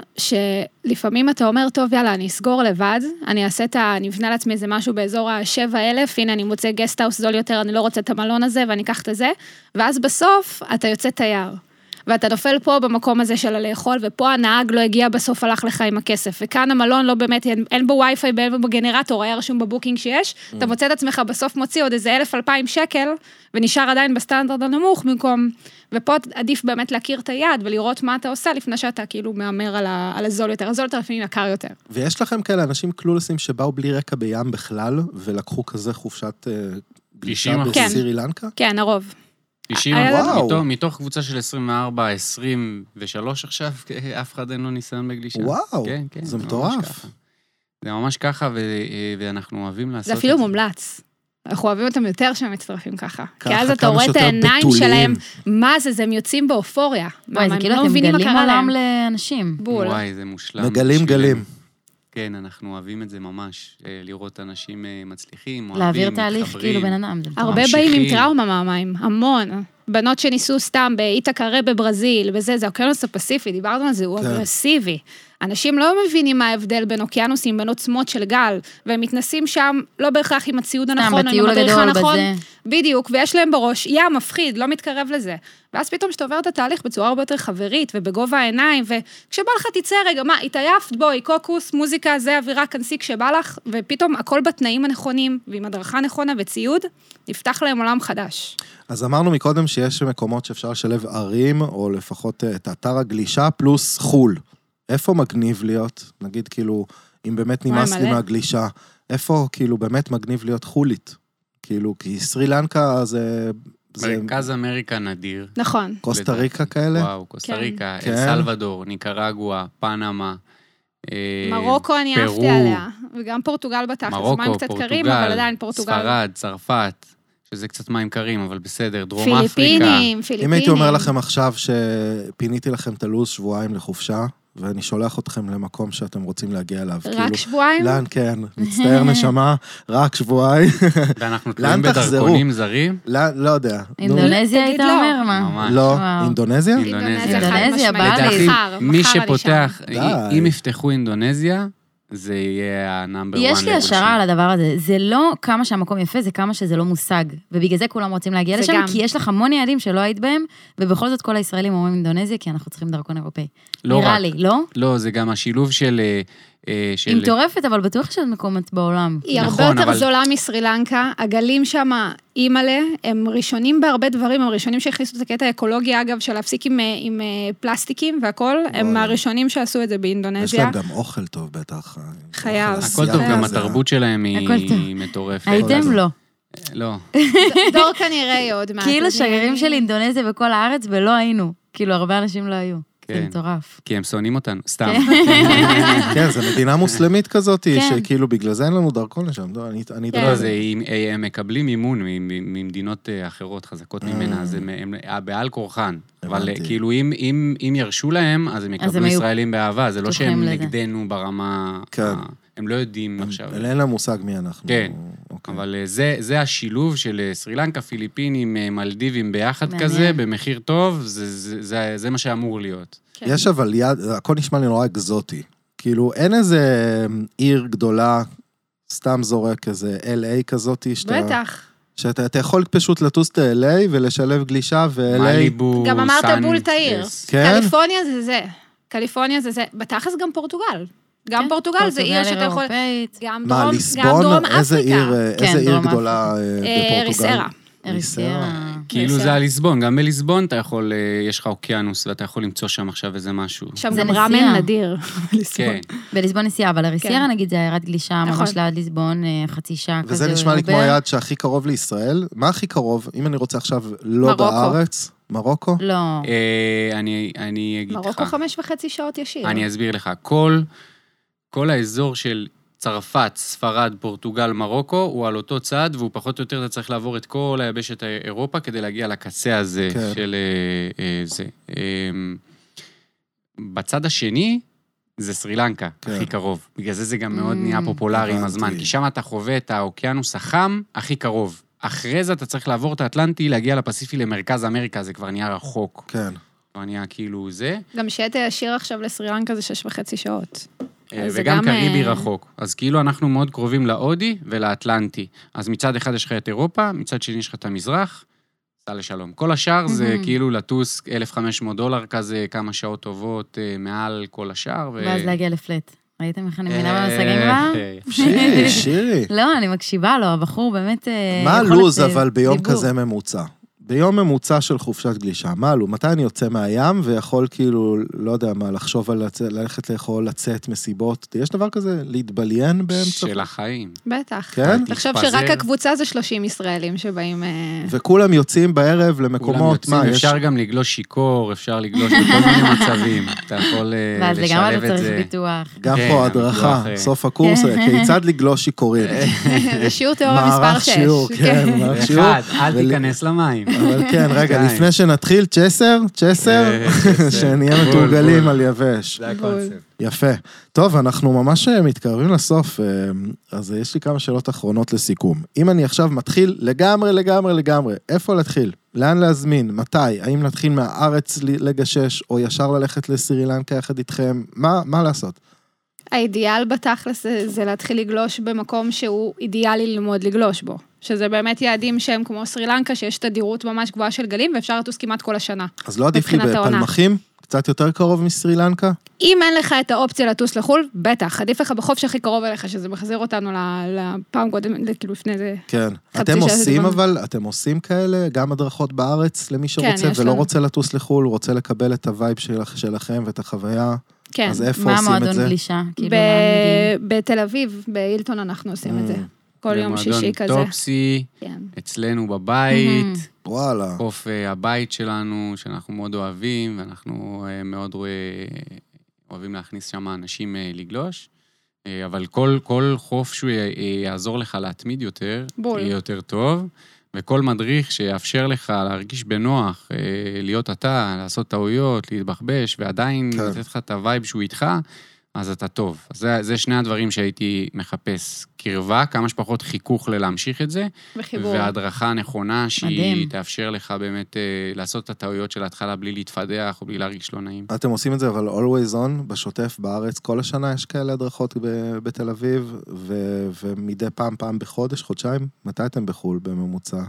שלפעמים אתה אומר, טוב, יאללה, אני אסגור לבד, אני אעשה את ה... אני אבנה לעצמי איזה משהו באזור ה-שבע אלף, הנה, אני מוצא גסטהאוס זול יותר, אני לא רוצה את המלון הזה, ואני אקח את זה, ואז בסוף אתה יוצא תייר. ואתה נופל פה במקום הזה של הלאכול, ופה הנהג לא הגיע בסוף הלך לך עם הכסף, וכאן המלון לא באמת, אין בו וי-פיי, אין בו גנרטור, היה רשום בבוקינג שיש, אתה מוצא את עצמך בסוף מוציא עוד איזה אלף אלפיים שקל, ונשאר עדיין בסטנדרט הנמוך במקום, ופה עדיף באמת להכיר את היד, ולראות מה אתה עושה, לפני שאתה כאילו מאמר על הזול יותר, הזול יותר לפעמים יקר יותר. ויש לכם כאלה אנשים קלולסים שבאו בלי רקע בים בכלל, ולקחו כזה חופשת גלישה בסרילנקה? כן, הרוב. תשעים, מתוך קבוצה של עשרים וארבע, עשרים ושלוש עכשיו, אף אחד אין לו ניסיון בגלישה. וואו, זה מטורף. זה ממש ככה, ואנחנו אוהבים לעשות את זה. זה אפילו מומלץ. אנחנו אוהבים אותם יותר שהם מצטרפים ככה. כי אז אתה רואה את העיניים שלהם, מה זה, זה הם יוצאים באופוריה. וואי, זה כאילו אתם מגלים עולם לאנשים. וואי, זה מושלם. מגלים גלים. כן, אנחנו אוהבים את זה ממש, לראות אנשים מצליחים, להעביר תהליך כאילו בן אדם. הרבה באים עם טראומה מהמים, המון. בנות שניסו סתם באיטה קרה בברזיל, וזה, זה אוקיינוס הפסיפי, דיברנו על זה, הוא אגרסיבי. אנשים לא מבינים מה ההבדל בין אוקיינוסים, בין עוצמות של גל, והם מתנסים שם לא בהכרח עם הציוד הנכון, או עם המדריך הנכון, בדיוק, ויש להם בראש, יא, מפחיד, לא מתקרב לזה. ואז פתאום שאתה עובר את התהליך בצורה הרבה יותר חברית, ובגובה העיניים, וכשבא לך תצא רגע, מה, התעייפת, בואי, קוקוס, מוזיקה, זה אווירה, כנסי כשבא לך, ופתאום הכל בתנאים הנכונים, ועם הדרכה נכונה וציוד, נפתח להם עולם חדש. אז אמרנו מקודם שיש מקומות שאפשר לשלב ערים, או לפחות את אתר הגלישה, פלוס חול. איפה מגניב להיות? נגיד כאילו, אם באמת נמאס לי מהגלישה, איפה כאילו באמת מגניב להיות חולית? כאילו, כי סרילנקה זה... מרכז אמריקה נדיר. נכון. קוסטה ריקה כאלה? וואו, קוסטה ריקה, אל סלוודור, ניקרגואה, פנמה, מרוקו אני אהבתי עליה, וגם פורטוגל בתחת, זה מים קצת קרים, אבל עדיין פורטוגל. ספרד, צרפת, שזה קצת מים קרים, אבל בסדר, דרום אפריקה. פיליפינים, פיליפינים. אם הייתי אומר לכם עכשיו שפיניתי לכם את הלו"ז שבועיים לחופשה, ואני שולח אתכם למקום שאתם רוצים להגיע אליו. רק כאילו, שבועיים? לאן, כן, מצטער נשמה, רק שבועיים. ואנחנו תלויים בדרכונים זרים? לא, לא יודע. אינדונזיה היית אומר מה? ממש. לא, אינדונזיה? אינדונזיה, בא לי. מי שפותח, אם יפתחו אינדונזיה, זה יהיה הנאמבר וואן. יש לי השערה על הדבר הזה, זה לא כמה שהמקום יפה, זה כמה שזה לא מושג, ובגלל זה כולם רוצים להגיע לשם, כי יש לך המון יעדים שלא היית בהם, ובכל זאת כל הישראלים אומרים אינדונזיה, כי אנחנו צריכים דרכון אירופאי. נראה לי, לא? לא, זה גם השילוב של... היא מטורפת, אבל בטוח שיש מקומות בעולם. היא הרבה יותר זולה מסרילנקה, הגלים שם, אימאלה, הם ראשונים בהרבה דברים, הם ראשונים שהכניסו את הקטע האקולוגי, אגב, של להפסיק עם פלסטיקים והכל, הם הראשונים שעשו את זה באינדונזיה. יש להם גם אוכל טוב בטח. חייב. הכל טוב, גם התרבות שלהם היא מטורפת. הייתם לא. לא. דור כנראה עוד מעט. כאילו שגרירים של אינדונזיה בכל הארץ, ולא היינו. כאילו הרבה אנשים לא היו. זה מטורף. כי הם שונאים אותנו, סתם. כן, זו מדינה מוסלמית כזאת, שכאילו בגלל זה אין לנו דרכון לשם. לא, הם מקבלים מימון ממדינות אחרות חזקות ממנה, זה בעל כורחן. אבל כאילו אם ירשו להם, אז הם יקבלו ישראלים באהבה, זה לא שהם נגדנו ברמה... הם לא יודעים עכשיו. אין להם מושג מי אנחנו. כן, אבל זה השילוב של סרילנקה, פיליפינים, מלדיבים ביחד כזה, במחיר טוב, זה מה שאמור להיות. יש אבל יד, הכל נשמע לי נורא אקזוטי. כאילו, אין איזה עיר גדולה, סתם זורק איזה אל איי כזאתי, בטח. שאתה יכול פשוט לטוס את אל איי ולשלב גלישה ו-אל איי. מליבו, גם אמרת בול תאיר. קליפורניה זה זה. קליפורניה זה זה. בתחס גם פורטוגל. גם פורטוגל זה עיר שאתה יכול... גם מה, ליסבון? איזה עיר גדולה בפורטוגל? אריסרה. אריסרה. כאילו זה הליסבון, גם בליסבון אתה יכול, יש לך אוקיינוס, ואתה יכול למצוא שם עכשיו איזה משהו. שם גם ראמן נדיר. כן. בליסבון נסיעה, אבל הריסיירה נגיד זה ירד גלישה ממש ליד ליסבון, חצי שעה כזה. וזה נשמע לי כמו היעד שהכי קרוב לישראל. מה הכי קרוב? אם אני רוצה עכשיו לא בארץ, מרוקו? לא. אני אגיד לך. מרוקו חמש וחצי שעות ישיר. אני אסביר לך. כל, כל האזור של צרפת, ספרד, פורטוגל, מרוקו, הוא על אותו צד, והוא פחות או יותר, אתה צריך לעבור את כל היבשת אירופה, כדי להגיע לקצה הזה כן. של זה. בצד השני, זה סרילנקה, כן. הכי קרוב. בגלל זה זה גם מאוד נהיה פופולרי עם הזמן, כי שם אתה חווה את האוקיינוס החם הכי קרוב. אחרי זה אתה צריך לעבור את האטלנטי, להגיע לפסיפי למרכז אמריקה, זה כבר נהיה רחוק. כן. כבר נהיה כאילו זה. גם שאת הישיר עכשיו לסרילנקה זה שש וחצי שעות. וגם קריבי רחוק. אז כאילו אנחנו מאוד קרובים להודי ולאטלנטי. אז מצד אחד יש לך את אירופה, מצד שני יש לך את המזרח, סע לשלום. כל השאר זה כאילו לטוס אלף וחמש מאות דולר כזה, כמה שעות טובות מעל כל השאר. ואז להגיע לפלט. ראיתם איך אני מבינה במושגים כבר? שירי, שירי. לא, אני מקשיבה לו, הבחור באמת... מה הלוז אבל ביום כזה ממוצע? ביום ממוצע של חופשת גלישה, מה עלו? מתי אני יוצא מהים ויכול כאילו, לא יודע מה, לחשוב על ללכת לאכול, לצאת מסיבות? יש דבר כזה, להתבליין באמצע? של החיים. בטח. כן? תחשוב שרק הקבוצה זה שלושים ישראלים שבאים... וכולם יוצאים בערב למקומות, מה יש? אפשר גם לגלוש שיקור, אפשר לגלוש בכל מיני מצבים. אתה יכול לשלב את זה. ואז לגמרי אתה צריך ביטוח. גם פה הדרכה, סוף הקורס, כיצד לגלוש שיכורים. זה שיעור תיאוריה מספר שש. אחד, אל תיכנס למים. אבל כן, רגע, לפני שנתחיל, צ'סר, צ'סר, שנהיה מתורגלים על יבש. זה הקונספט. יפה. טוב, אנחנו ממש מתקרבים לסוף, אז יש לי כמה שאלות אחרונות לסיכום. אם אני עכשיו מתחיל לגמרי, לגמרי, לגמרי, איפה להתחיל? לאן להזמין? מתי? האם נתחיל מהארץ לגשש, או ישר ללכת לסרילנקה יחד איתכם? מה, מה לעשות? האידיאל בתכלס זה להתחיל לגלוש במקום שהוא אידיאלי ללמוד לגלוש בו. שזה באמת יעדים שהם כמו סרילנקה, שיש תדירות ממש גבוהה של גלים, ואפשר לטוס כמעט כל השנה. אז לא עדיף לי בפלמחים? קצת יותר קרוב מסרילנקה? אם אין לך את האופציה לטוס לחול, בטח, עדיף לך בחוף שהכי קרוב אליך, שזה מחזיר אותנו לפעם קודם, כאילו לפני זה. כן. אתם עושים אבל, אתם עושים כאלה, גם הדרכות בארץ למי שרוצה, ולא רוצה לטוס לחול, רוצה לקבל את הווייב שלכם ואת החוויה. כן. אז איפה עושים את זה? מה המועדון גלישה? בתל אביב, באילטון אנחנו עושים את זה. כל יום שישי כזה. במועדון טופסי, אצלנו בבית. וואלה. חוף הבית שלנו, שאנחנו מאוד אוהבים, ואנחנו מאוד אוהבים להכניס שם אנשים לגלוש. אבל כל, כל חוף שהוא יעזור לך להתמיד יותר, יהיה יותר טוב. וכל מדריך שיאפשר לך להרגיש בנוח, להיות אתה, לעשות טעויות, להתבחבש, ועדיין לתת לך את הווייב שהוא איתך, אז אתה טוב. אז זה, זה שני הדברים שהייתי מחפש. קרבה, כמה שפחות חיכוך ללהמשיך את זה, וחיבור. והדרכה נכונה, שהיא מדהים. תאפשר לך באמת אה, לעשות את הטעויות של ההתחלה בלי להתפדח, או בלי להרגיש לא נעים. אתם עושים את זה, אבל always on, בשוטף בארץ, כל השנה יש כאלה הדרכות ב- בתל אביב, ו- ומדי פעם, פעם בחודש, חודשיים, מתי אתם בחול בממוצע?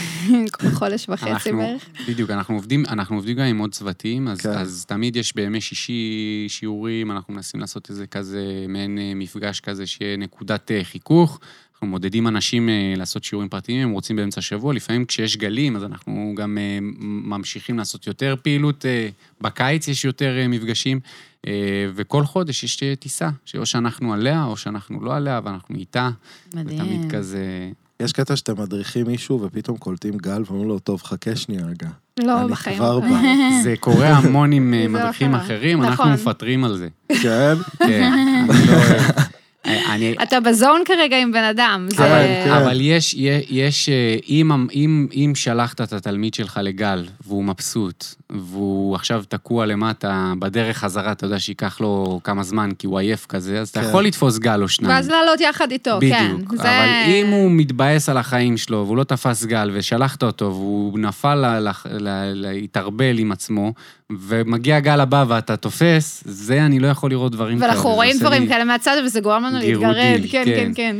חודש וחצי בערך. בדיוק, אנחנו עובדים, אנחנו עובדים גם עם עוד צוותים, אז, כן. אז תמיד יש בימי שישי שיעורים, אנחנו מנסים לעשות איזה כזה, מעין מפגש כזה, שיהיה נקודת חיכוך, אנחנו מודדים אנשים לעשות שיעורים פרטיים, הם רוצים באמצע השבוע, לפעמים כשיש גלים, אז אנחנו גם ממשיכים לעשות יותר פעילות, בקיץ יש יותר מפגשים, וכל חודש יש טיסה, שאו שאנחנו עליה, או שאנחנו לא עליה, ואנחנו איתה, מדהים. ותמיד כזה... יש קטע שאתם מדריכים מישהו, ופתאום קולטים גל, ואומרים לו, טוב, חכה שנייה רגע. לא, בחיים. אני כבר בא. זה קורה המון עם מדריכים אחרים, אנחנו מפטרים על זה. כן? כן, אני לא אוהב. אתה בזון כרגע עם בן אדם. אבל יש, יש, אם שלחת את התלמיד שלך לגל, והוא מבסוט, והוא עכשיו תקוע למטה, בדרך חזרה, אתה יודע שיקח לו כמה זמן, כי הוא עייף כזה, אז אתה יכול לתפוס גל או שניים. ואז לעלות יחד איתו, כן. בדיוק, אבל אם הוא מתבאס על החיים שלו, והוא לא תפס גל, ושלחת אותו, והוא נפל להתערבל עם עצמו, ומגיע גל הבא ואתה תופס, זה אני לא יכול לראות דברים כאלה. ואנחנו רואים דברים כאלה מהצד, וזה גורם לנו להתגרד, כן, כן, כן.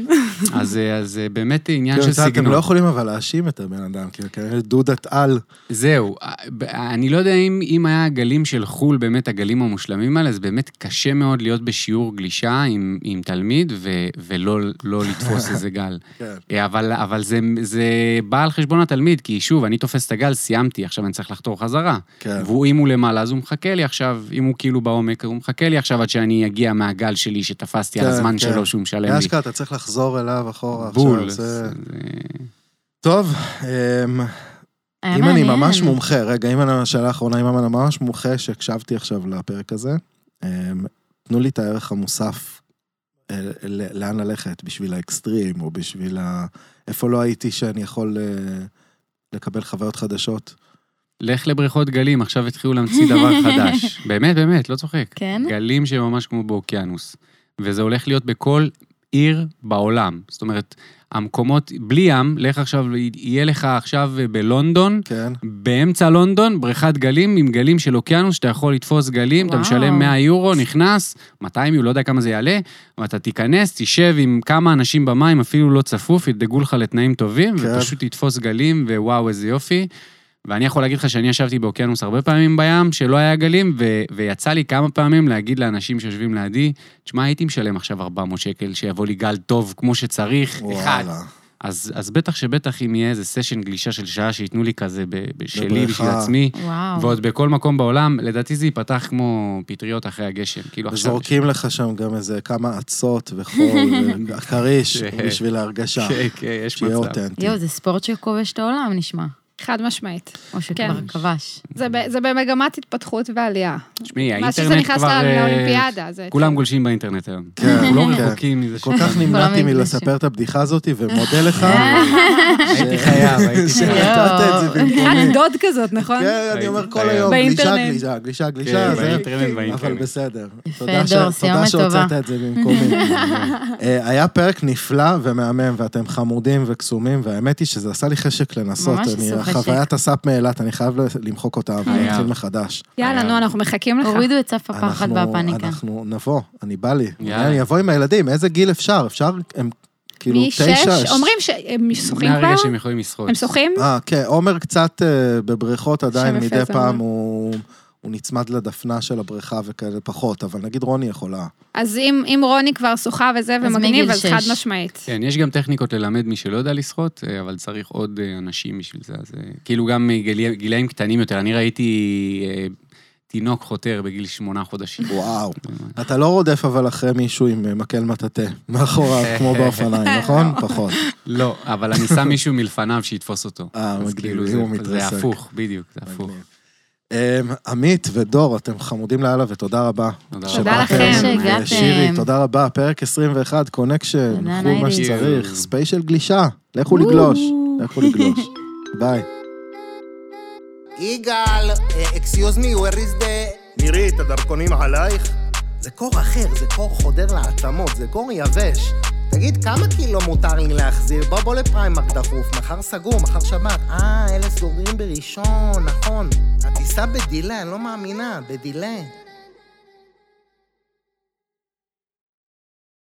אז באמת עניין של סגנון. אתם לא יכולים אבל להאשים את הבן אדם, כי כנראה דודת על. זהו, אני לא יודע אם, אם היה הגלים של חול, באמת הגלים המושלמים האלה, אז באמת קשה מאוד להיות בשיעור גלישה עם, עם תלמיד, ו, ולא לא לתפוס איזה גל. אבל, אבל זה, זה בא על חשבון התלמיד, כי שוב, אני תופס את הגל, סיימתי, עכשיו אני צריך לחתור חזרה. והוא, אם הוא למעלה, אז הוא מחכה לי עכשיו, אם הוא כאילו בעומק, הוא מחכה לי עכשיו עד שאני אגיע מהגל שלי, שתפסתי על הזמן שלו, שהוא משלם לי. ישקה, אתה צריך לחזור אליו אחורה. בול. טוב, אם אני ממש מומחה, רגע, אם אני השאלה האחרונה, אם אני ממש מומחה שהקשבתי עכשיו לפרק הזה, תנו לי את הערך המוסף, לאן ללכת, בשביל האקסטרים, או בשביל ה... איפה לא הייתי שאני יכול לקבל חוויות חדשות? לך לבריכות גלים, עכשיו התחילו להמציא דבר חדש. באמת, באמת, לא צוחק. כן? גלים שממש כמו באוקיינוס. וזה הולך להיות בכל עיר בעולם. זאת אומרת, המקומות, בלי ים, לך עכשיו, יהיה לך עכשיו בלונדון, כן. באמצע לונדון, בריכת גלים עם גלים של אוקיינוס, שאתה יכול לתפוס גלים, וואו. אתה משלם מאה יורו, נכנס, מאתיים יורו, לא יודע כמה זה יעלה, ואתה תיכנס, תשב עם כמה אנשים במים, אפילו לא צפוף, ידאגו לך לתנאים טובים, כן. ופשוט תתפוס גלים, ווואו, איזה יופי. ואני יכול להגיד לך שאני ישבתי באוקיינוס הרבה פעמים בים, שלא היה גלים, ו- ויצא לי כמה פעמים להגיד לאנשים שיושבים לידי, תשמע, הייתי משלם עכשיו ארבע מאות שקל, שיבוא לי גל טוב כמו שצריך, אחד. אז, אז בטח שבטח אם יהיה איזה סשן גלישה של שעה, שיתנו לי כזה בשלי, בשביל עצמי, וואו. ועוד בכל מקום בעולם, לדעתי זה ייפתח כמו פטריות אחרי הגשם. כאילו וזורקים עכשיו... לך שם גם איזה כמה עצות וחול, וקריש, בשביל ההרגשה. כן, כן, יש מצב. יו, זה ספורט שכובש את העולם, נשמע. חד משמעית. או שכבר כבש. זה במגמת התפתחות ועלייה. תשמעי, האינטרנט כבר... מה שזה נכנס לאולימפיאדה. כולם גולשים באינטרנט היום. כן, לא רחוקים מזה. כל כך נמנעתי מלספר את הבדיחה הזאת, ומודה לך. הייתי חייב, הייתי חייב. נתת את זה במקומי. דוד כזאת, נכון? כן, אני אומר כל היום, גלישה, גלישה, גלישה, גלישה. באינטרנט, באינטרנט. אבל בסדר. יפה, דור, סיומת טובה. תודה שהוצאת את זה במקומי. היה פרק נפלא ומהמם, ואתם חמודים וקסומים, והאמת היא שזה עשה לי חשק לנסות. חוויית הסאפ מאילת, אני חייב למחוק אותה, ולהתחיל מחדש. יאללה, נו, אנחנו מחכים לך. הורידו את סף הפחד והפניקה. אנחנו נבוא, אני בא לי. אני אבוא עם הילדים, איזה גיל אפשר? אפשר, הם כאילו תשע... משש, אומרים שהם שוחים כבר? מהרגע שהם יכולים לשחות. הם שוחים? אה, כן, עומר קצת בבריכות עדיין, מדי פעם הוא... הוא נצמד לדפנה של הבריכה וכאלה פחות, אבל נגיד רוני יכולה. אז אם, אם רוני כבר שוחה וזה ומגניב, אז חד משמעית. כן, יש גם טכניקות ללמד מי שלא יודע לשחות, אבל צריך עוד אנשים בשביל זה. אז, כאילו גם גילי, גילאים קטנים יותר. אני ראיתי תינוק חותר בגיל שמונה חודשים. וואו. אתה לא רודף אבל אחרי מישהו עם מקל מטאטה, מאחוריו, כמו באופניים, נכון? פחות. לא, אבל אני שם מישהו מלפניו שיתפוס אותו. אה, מגניב, זה, זה הפוך, בדיוק, זה הפוך. עמית ודור, אתם חמודים לאללה ותודה רבה. תודה לכם שהגעתם. שירי, תודה רבה. פרק עשרים ואחת, קונקשן, קחו מה שצריך, ספיישל גלישה, לכו לגלוש, לכו לגלוש. ביי. יגאל, אקסיוז מי, where is the... נירית, הדרכונים עלייך? זה קור אחר, זה קור חודר לעצמות, זה קור יבש. תגיד, כמה קילו מותר לי להחזיר? בוא בוא לפריימק דחוף, מחר סגור, מחר שבת. אה, אלה סגורים בראשון, נכון. הטיסה בדילה, אני לא מאמינה, בדילה.